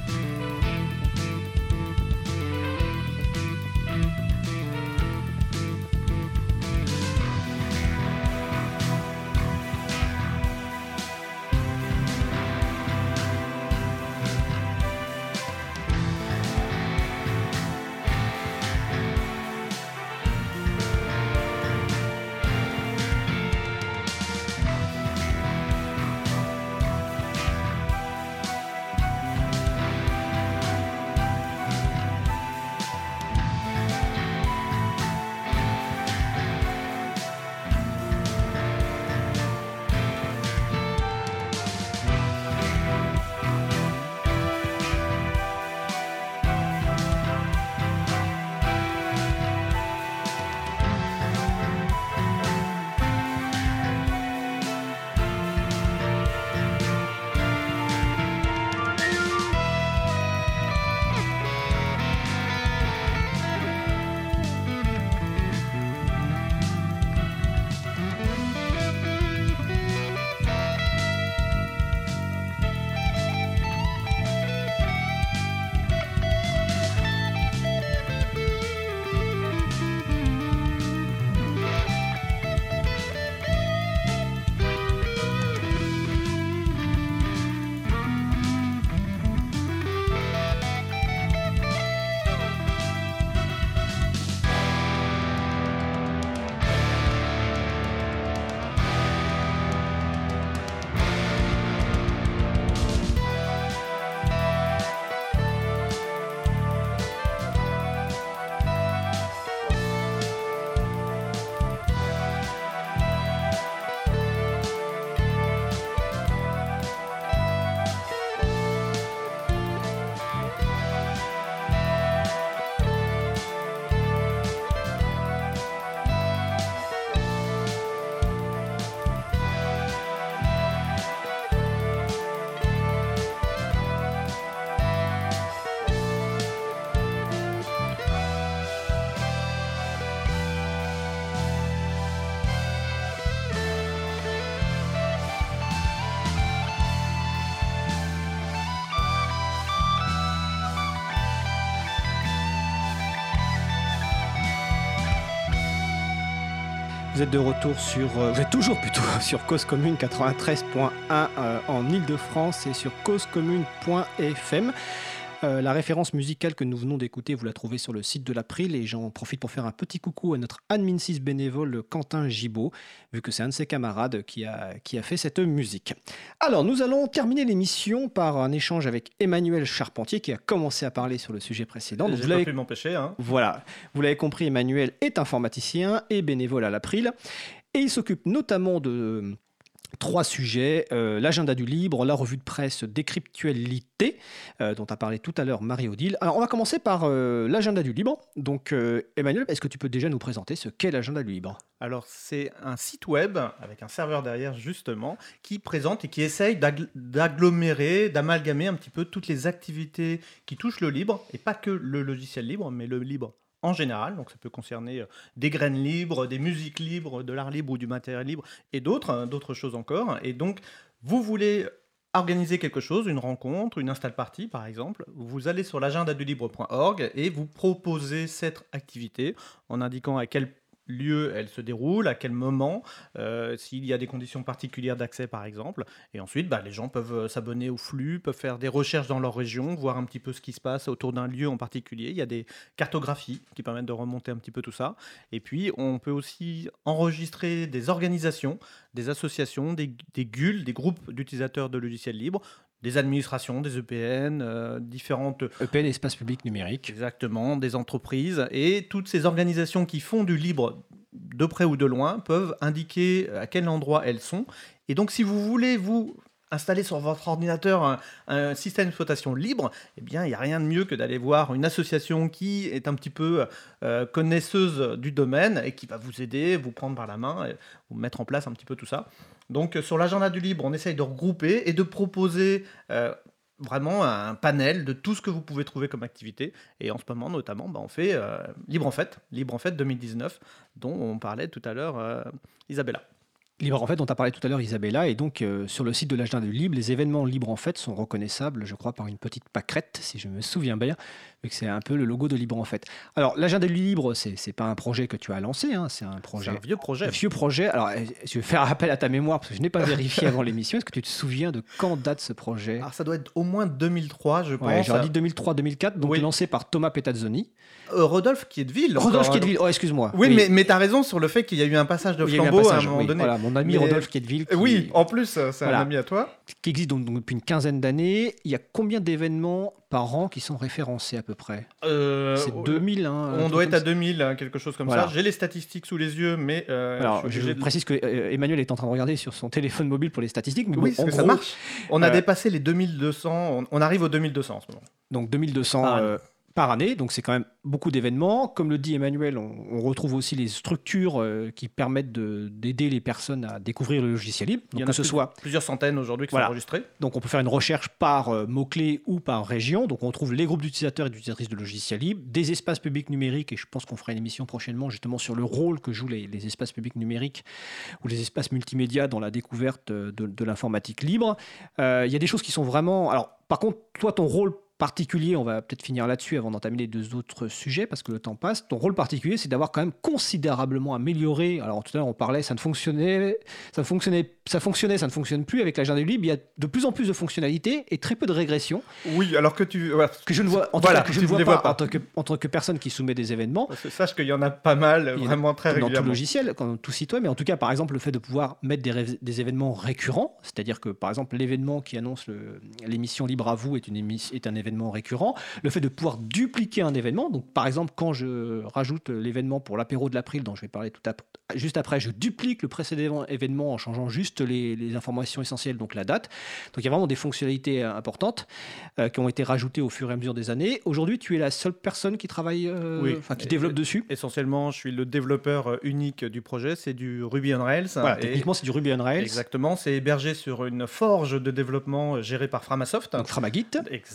Thank Vous êtes de retour sur, euh, vous êtes toujours plutôt sur Cause Commune quatre-vingt-treize point un euh, en Ile-de-France et sur cause commune point f m. Euh, la référence musicale que nous venons d'écouter, vous la trouvez sur le site de l'April et j'en profite pour faire un petit coucou à notre admin six bénévole Quentin Gibaud, vu que c'est un de ses camarades qui a, qui a fait cette musique. Alors, nous allons terminer l'émission par un échange avec Emmanuel Charpentier qui a commencé à parler sur le sujet précédent. J'ai pas pu m'empêcher. Hein. Voilà, vous l'avez compris, Emmanuel est informaticien et bénévole à l'April et il s'occupe notamment de... Trois sujets, euh, l'agenda du libre, la revue de presse Décryptualité, euh, dont a parlé tout à l'heure Marie-Odile. Alors, on va commencer par euh, l'agenda du libre. Donc, euh, Emmanuel, est-ce que tu peux déjà nous présenter ce qu'est l'agenda du libre ? Alors, c'est un site web, avec un serveur derrière, justement, qui présente et qui essaye d'agg- d'agglomérer, d'amalgamer un petit peu toutes les activités qui touchent le libre, et pas que le logiciel libre, mais le libre en général, donc ça peut concerner des graines libres, des musiques libres, de l'art libre ou du matériel libre, et d'autres, hein, d'autres choses encore. Et donc, vous voulez organiser quelque chose, une rencontre, une install party par exemple, vous allez sur l'agenda du libre point org et vous proposez cette activité en indiquant à quel lieu elle se déroule, à quel moment, euh, s'il y a des conditions particulières d'accès par exemple. Et ensuite, bah, les gens peuvent s'abonner au flux, peuvent faire des recherches dans leur région, voir un petit peu ce qui se passe autour d'un lieu en particulier. Il y a des cartographies qui permettent de remonter un petit peu tout ça. Et puis, on peut aussi enregistrer des organisations, des associations, des, des guildes, des groupes d'utilisateurs de logiciels libres, des administrations, des E P N, euh, différentes... E P N, espace public numérique. Exactement, des entreprises. Et toutes ces organisations qui font du libre de près ou de loin peuvent indiquer à quel endroit elles sont. Et donc, si vous voulez, vous... installer sur votre ordinateur un, un système d'exploitation libre, eh bien, il n'y a rien de mieux que d'aller voir une association qui est un petit peu euh, connaisseuse du domaine et qui va vous aider, vous prendre par la main, et vous mettre en place un petit peu tout ça. Donc, sur l'agenda du libre, on essaye de regrouper et de proposer euh, vraiment un panel de tout ce que vous pouvez trouver comme activité. Et en ce moment, notamment, bah, on fait euh, Libre en Fête, Libre en Fête deux mille dix-neuf, dont on parlait tout à l'heure euh, Isabella. Libre en Fête, dont tu as parlé tout à l'heure, Isabella, et donc euh, sur le site de l'agenda du libre, les événements Libre en Fête sont reconnaissables, je crois, par une petite pâquerette, si je me souviens bien, vu que c'est un peu le logo de Libre en Fête. Alors, l'agenda du libre, c'est, c'est pas un projet que tu as lancé, hein, c'est un projet. C'est un vieux projet. Un vieux projet. Alors, je vais faire appel à ta mémoire, parce que je n'ai pas vérifié avant l'émission. Est-ce que tu te souviens de quand date ce projet ? Alors, ça doit être au moins deux mille trois, je pense. Ouais, j'aurais dit deux mille trois deux mille quatre, donc oui. Lancé par Thomas Petazzoni. Euh, Rodolphe Kiedville. Rodolphe Kiedville, oh, excuse-moi. Oui, oui. mais, mais tu as raison sur le fait qu'il y a eu un passage de flambeau passage, à un moment oui, donné. Voilà, mon ami mais... Rodolphe Kiedville. Qui... Oui, en plus, c'est voilà, un ami à toi. Qui existe donc, donc depuis une quinzaine d'années. Il y a combien d'événements par an qui sont référencés à peu près ? euh, C'est deux mille. Hein, on doit être à deux mille, hein, quelque chose comme voilà. ça. J'ai les statistiques sous les yeux, mais... Euh, Alors, je, je de... précise que euh, Emmanuel est en train de regarder sur son téléphone mobile pour les statistiques. Mais oui, bon, en que gros, ça marche. On a euh, dépassé les deux mille deux cents. On, on arrive aux deux mille deux cents en ce moment. Donc deux mille deux cents... Ah, euh, par année, donc c'est quand même beaucoup d'événements. Comme le dit Emmanuel, on, on retrouve aussi les structures euh, qui permettent de, d'aider les personnes à découvrir le logiciel libre. Donc Il y en que a ce plus, soit plusieurs centaines aujourd'hui qui voilà. sont enregistrées. Donc on peut faire une recherche par euh, mots-clés ou par région. Donc on trouve les groupes d'utilisateurs et d'utilisatrices de logiciels libres, des espaces publics numériques, et je pense qu'on fera une émission prochainement justement sur le rôle que jouent les, les espaces publics numériques ou les espaces multimédia dans la découverte de, de l'informatique libre. Euh, il y a des choses qui sont vraiment... Alors par contre, toi, ton rôle particulier, on va peut-être finir là-dessus avant d'entamer les deux autres sujets parce que le temps passe. Ton rôle particulier, c'est d'avoir quand même considérablement amélioré. Alors tout à l'heure, on parlait, ça ne fonctionnait, ça fonctionnait, ça fonctionnait, ça ne fonctionne plus avec l'agenda du libre. Il y a de plus en plus de fonctionnalités et très peu de régression. Oui, alors que tu, ouais, que je ne vois, en voilà, tout cas, que je ne vois pas, pas en tant que, en tant que personne qui soumet des événements. Parce que sache qu'il y en a pas mal, il vraiment très régulièrement. Dans tout logiciel, dans tout site web, mais en tout cas, par exemple, le fait de pouvoir mettre des, ré- des événements récurrents, c'est-à-dire que par exemple, l'événement qui annonce le, l'émission Libre à vous est, une émi- est un événement récurrent. Le fait de pouvoir dupliquer un événement, donc par exemple quand je rajoute l'événement pour l'apéro de l'April dont je vais parler tout à, juste après, je duplique le précédent événement en changeant juste les, les informations essentielles, donc la date. Donc il y a vraiment des fonctionnalités importantes euh, qui ont été rajoutées au fur et à mesure des années. Aujourd'hui, tu es la seule personne qui travaille, euh, oui, enfin qui et, développe dessus. Essentiellement, je suis le développeur unique du projet, c'est du Ruby on Rails. Voilà, et techniquement c'est du Ruby on Rails. Exactement, c'est hébergé sur une forge de développement gérée par Framasoft. Donc Framagit. Exactement.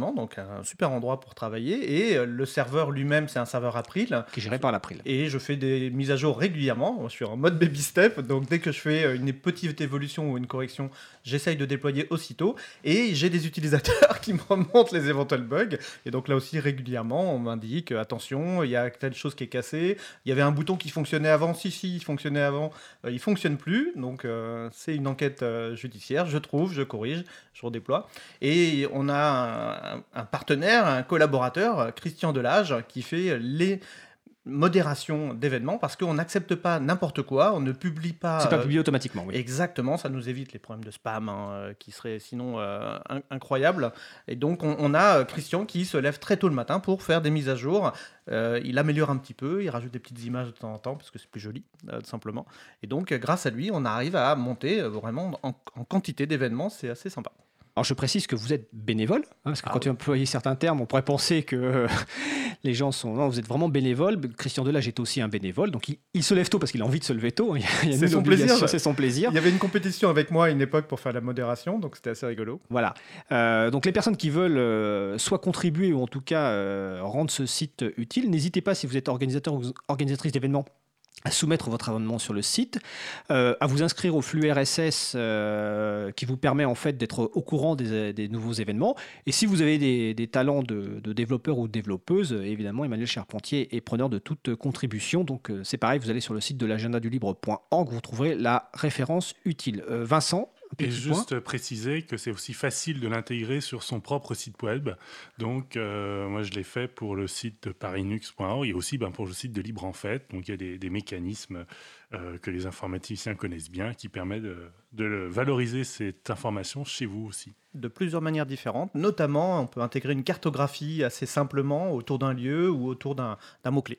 également, donc un super endroit pour travailler. Et le serveur lui-même, c'est un serveur April. Qui est géré par l'April. Et je fais des mises à jour régulièrement. Je suis en mode baby step, donc dès que je fais une petite évolution ou une correction, j'essaye de déployer aussitôt. Et j'ai des utilisateurs qui me remontent les éventuels bugs. Et donc là aussi, régulièrement, on m'indique, attention, il y a telle chose qui est cassée. Il y avait un bouton qui fonctionnait avant, si, si, il fonctionnait avant, euh, il ne fonctionne plus. Donc euh, c'est une enquête euh, judiciaire. Je trouve, je corrige, je redéploie. Et on a un, un partenaire, un collaborateur, Christian Delage, qui fait les modération d'événements parce qu'on n'accepte pas n'importe quoi, on ne publie pas... C'est pas publié automatiquement, oui. Exactement, ça nous évite les problèmes de spam hein, euh, qui seraient sinon euh, in- incroyables. Et donc on, on a euh, Christian qui se lève très tôt le matin pour faire des mises à jour. Euh, il améliore un petit peu, il rajoute des petites images de temps en temps parce que c'est plus joli, euh, tout simplement. Et donc euh, grâce à lui, on arrive à monter euh, vraiment en, en quantité d'événements, c'est assez sympa. Alors je précise que vous êtes bénévole, hein, parce que Ah quand oui. tu emploies certains termes, on pourrait penser que euh, les gens sont... Non, vous êtes vraiment bénévole. Christian Delage est aussi un bénévole, donc il, il se lève tôt parce qu'il a envie de se lever tôt. Il y a, il y a C'est nulle son obligation, plaisir. c'est son plaisir. Il y avait une compétition avec moi à une époque pour faire la modération, donc c'était assez rigolo. Voilà. Euh, donc les personnes qui veulent euh, soit contribuer ou en tout cas euh, rendre ce site utile, n'hésitez pas si vous êtes organisateur ou organisatrice d'événements à soumettre votre abonnement sur le site, euh, à vous inscrire au flux R S S euh, qui vous permet en fait d'être au courant des, des nouveaux événements. Et si vous avez des, des talents de, de développeurs ou de développeuses, évidemment, Emmanuel Charpentier est preneur de toute contribution. Donc euh, c'est pareil, vous allez sur le site de l'agenda du libre point org, vous trouverez la référence utile. Euh, Vincent, un Et petit juste point. préciser que c'est aussi facile de l'intégrer sur son propre site web. Donc, euh, moi, je l'ai fait pour le site de parinux point org et aussi ben, pour le site de Libre en Fait. Donc, il y a des, des mécanismes euh, que les informaticiens connaissent bien qui permettent de, de le- valoriser cette information chez vous aussi. De plusieurs manières différentes. Notamment, on peut intégrer une cartographie assez simplement autour d'un lieu ou autour d'un, d'un mot-clé.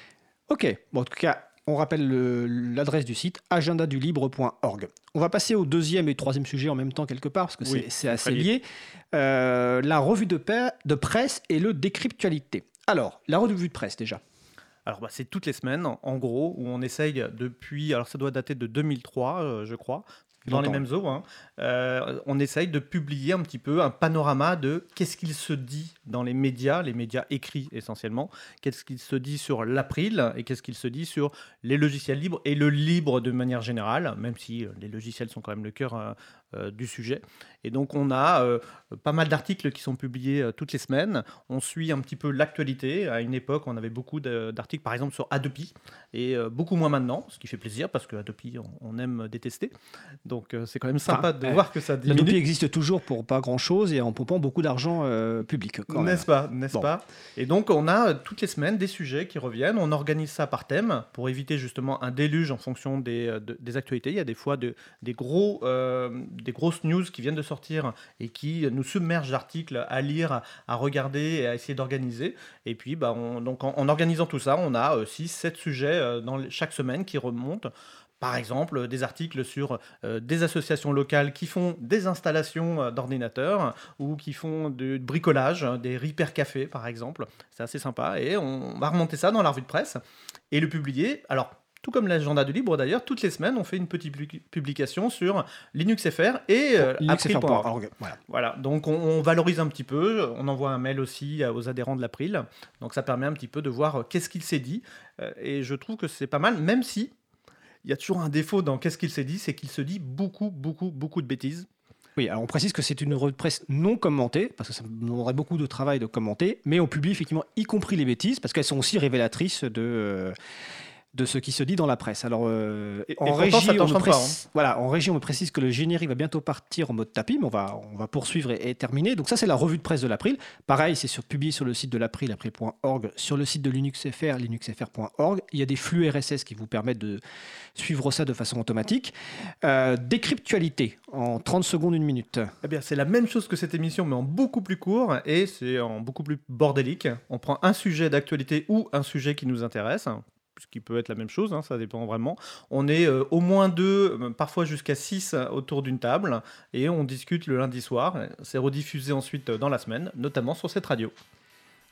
Ok, bon, en tout cas, on rappelle le- l'adresse du site agenda du libre point org. On va passer au deuxième et troisième sujet en même temps quelque part, parce que Oui, c'est- c'est assez fallait. lié. Euh, la revue de, pa- de presse et le décryptualité. Alors, la revue de presse déjà. Alors, bah, c'est toutes les semaines, en- en gros, où on essaye depuis... Alors, ça doit dater de deux mille trois, euh, je crois, dans les Longtemps. mêmes eaux. Hein. Euh, on essaye de publier un petit peu un panorama de qu'est-ce qu'il se dit dans les médias, les médias écrits essentiellement, qu'est-ce qu'il se dit sur l'April et qu'est-ce qu'il se dit sur les logiciels libres et le libre de manière générale, même si euh, les logiciels sont quand même le cœur euh, euh, du sujet. Et donc, on a euh, pas mal d'articles qui sont publiés euh, toutes les semaines. On suit un petit peu l'actualité. À une époque, on avait beaucoup de- d'articles, par exemple, sur Adobe, et euh, beaucoup moins maintenant, ce qui fait plaisir parce que Adobe, on, on aime détester. Donc, euh, c'est quand même sympa Enfin, de euh, voir que ça L'Adobe diminue. existe toujours pour pas grand-chose et en pompant beaucoup d'argent euh, public. quand même. N'est-ce pas, n'est-ce Bon. pas Et donc, on a euh, toutes les semaines des sujets qui reviennent. On organise ça par thème pour éviter justement un déluge en fonction des, euh, de- des actualités. Il y a des fois de- des, gros, euh, des grosses news qui viennent de sortir et qui nous submergent d'articles à lire, à, à regarder et à essayer d'organiser. Et puis, bah, on- donc, en, en organisant tout ça, on a six sept sujets euh, dans les- chaque semaine qui remontent. Par exemple, des articles sur euh, des associations locales qui font des installations euh, d'ordinateurs ou qui font du bricolage, hein, des repair cafés par exemple. C'est assez sympa et on va remonter ça dans la revue de presse et le publier. Alors, tout comme l'agenda du libre d'ailleurs, toutes les semaines, on fait une petite pu- publication sur Linux F R et euh, Linux F R point April point org. org, voilà. Voilà, donc on, on valorise un petit peu, on envoie un mail aussi euh, aux adhérents de l'April, donc ça permet un petit peu de voir euh, qu'est-ce qu'il s'est dit, euh, et je trouve que c'est pas mal, même si il y a toujours un défaut dans qu'est-ce qu'il s'est dit, c'est qu'il se dit beaucoup, beaucoup, beaucoup de bêtises. Oui, alors on précise que c'est une revue de presse non commentée, parce que ça nous demanderait beaucoup de travail de commenter, mais on publie effectivement y compris les bêtises, parce qu'elles sont aussi révélatrices de, euh, de ce qui se dit dans la presse. Alors, euh, Et- et en, pourtant, régie, ça on t'en me chante pas, précise- voilà, en régie, on me précise que le générique va bientôt partir en mode tapis, mais on va, on va poursuivre et, et terminer. Donc ça, c'est la revue de presse de l'April. Pareil, c'est sur, publié sur le site de l'April, april point org, sur le site de Linux F R, linux f r point org. Il y a des flux R S S qui vous permettent de suivre ça de façon automatique. Euh, décryptualité, en trente secondes, une minute. Eh bien, c'est la même chose que cette émission, mais en beaucoup plus court et c'est en beaucoup plus bordélique. On prend un sujet d'actualité ou un sujet qui nous intéresse, ce qui peut être la même chose, hein, ça dépend vraiment. On est euh, au moins deux, euh, parfois jusqu'à six euh, autour d'une table et on discute le lundi soir. C'est rediffusé ensuite euh, dans la semaine, notamment sur cette radio.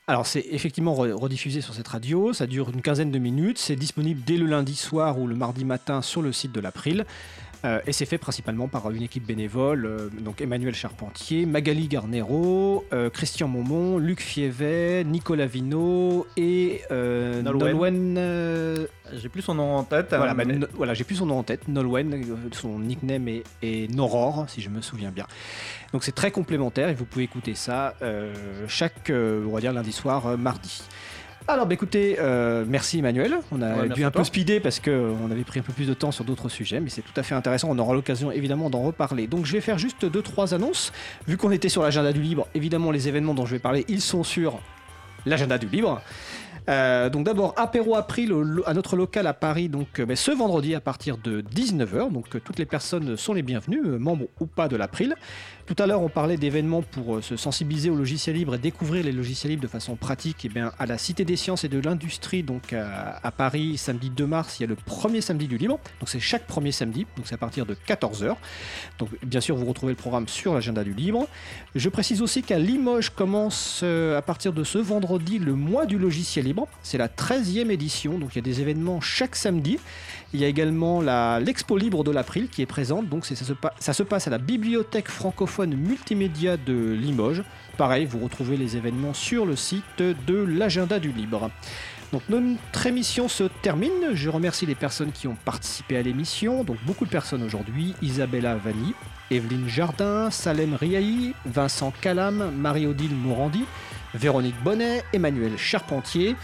Alors c'est effectivement rediffusé sur cette radio, ça dure une quinzaine de minutes, c'est disponible dès le lundi soir ou le mardi matin sur le site de l'April. Euh, et c'est fait principalement par une équipe bénévole, euh, donc Emmanuel Charpentier, Magali Garnero, euh, Christian Momon, Luc Fievet, Nicolas Vino et euh, Nolwenn. Nolwenn, euh, j'ai plus son nom en tête. Voilà, hein, bah, mais... no, voilà, j'ai plus son nom en tête. Nolwenn, euh, son nickname est, est Noror, si je me souviens bien. Donc c'est très complémentaire et vous pouvez écouter ça euh, chaque, euh, on va dire lundi soir, euh, mardi. Alors, bah, écoutez, euh, merci Emmanuel. On a ouais, dû un peu speeder parce qu'on avait pris un peu plus de temps sur d'autres sujets, mais c'est tout à fait intéressant. On aura l'occasion évidemment d'en reparler. Donc, je vais faire juste deux, trois annonces. Vu qu'on était sur l'agenda du libre, évidemment, les événements dont je vais parler, ils sont sur l'agenda du libre. Euh, donc d'abord apéro April à notre local à Paris donc euh, bah, ce vendredi à partir de dix-neuf heures, donc euh, toutes les personnes sont les bienvenues, euh, membres ou pas de l'April. Tout à l'heure on parlait d'événements pour euh, se sensibiliser aux logiciels libres et découvrir les logiciels libres de façon pratique. Et bien à la Cité des Sciences et de l'Industrie donc à, à Paris samedi deux mars il y a le premier samedi du libre, donc c'est chaque premier samedi, donc c'est à partir de quatorze heures. Donc bien sûr vous retrouvez le programme sur l'agenda du libre. Je précise aussi qu'à Limoges commence euh, à partir de ce vendredi le mois du logiciel libre. C'est la treizième édition, donc il y a des événements chaque samedi. Il y a également la, l'expo libre de l'April qui est présente, donc c'est, ça, se, ça se passe à la bibliothèque francophone multimédia de Limoges. Pareil, vous retrouvez les événements sur le site de l'agenda du libre. Donc notre émission se termine. Je remercie les personnes qui ont participé à l'émission, donc beaucoup de personnes aujourd'hui: Isabella Vanni, Evelyne Jardin, Salem Riahi, Vincent Calam, Marie-Odile Morandi, Véronique Bonnet, Emmanuel Charpentier.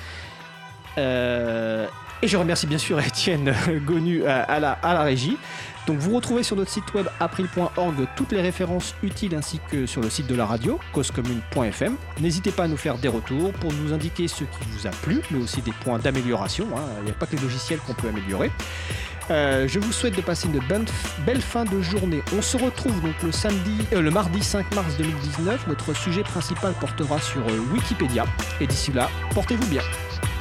Euh, et je remercie bien sûr Étienne Gonu à, à, la, à la régie. Donc vous retrouvez sur notre site web april point org toutes les références utiles ainsi que sur le site de la radio cause commune point f m. N'hésitez pas à nous faire des retours pour nous indiquer ce qui vous a plu, mais aussi des points d'amélioration. Hein. Il n'y a pas que les logiciels qu'on peut améliorer. Euh, je vous souhaite de passer une belle, belle fin de journée. On se retrouve donc le samedi, euh, le mardi cinq mars deux mille dix-neuf. Notre sujet principal portera sur euh, Wikipédia. Et d'ici là, portez-vous bien.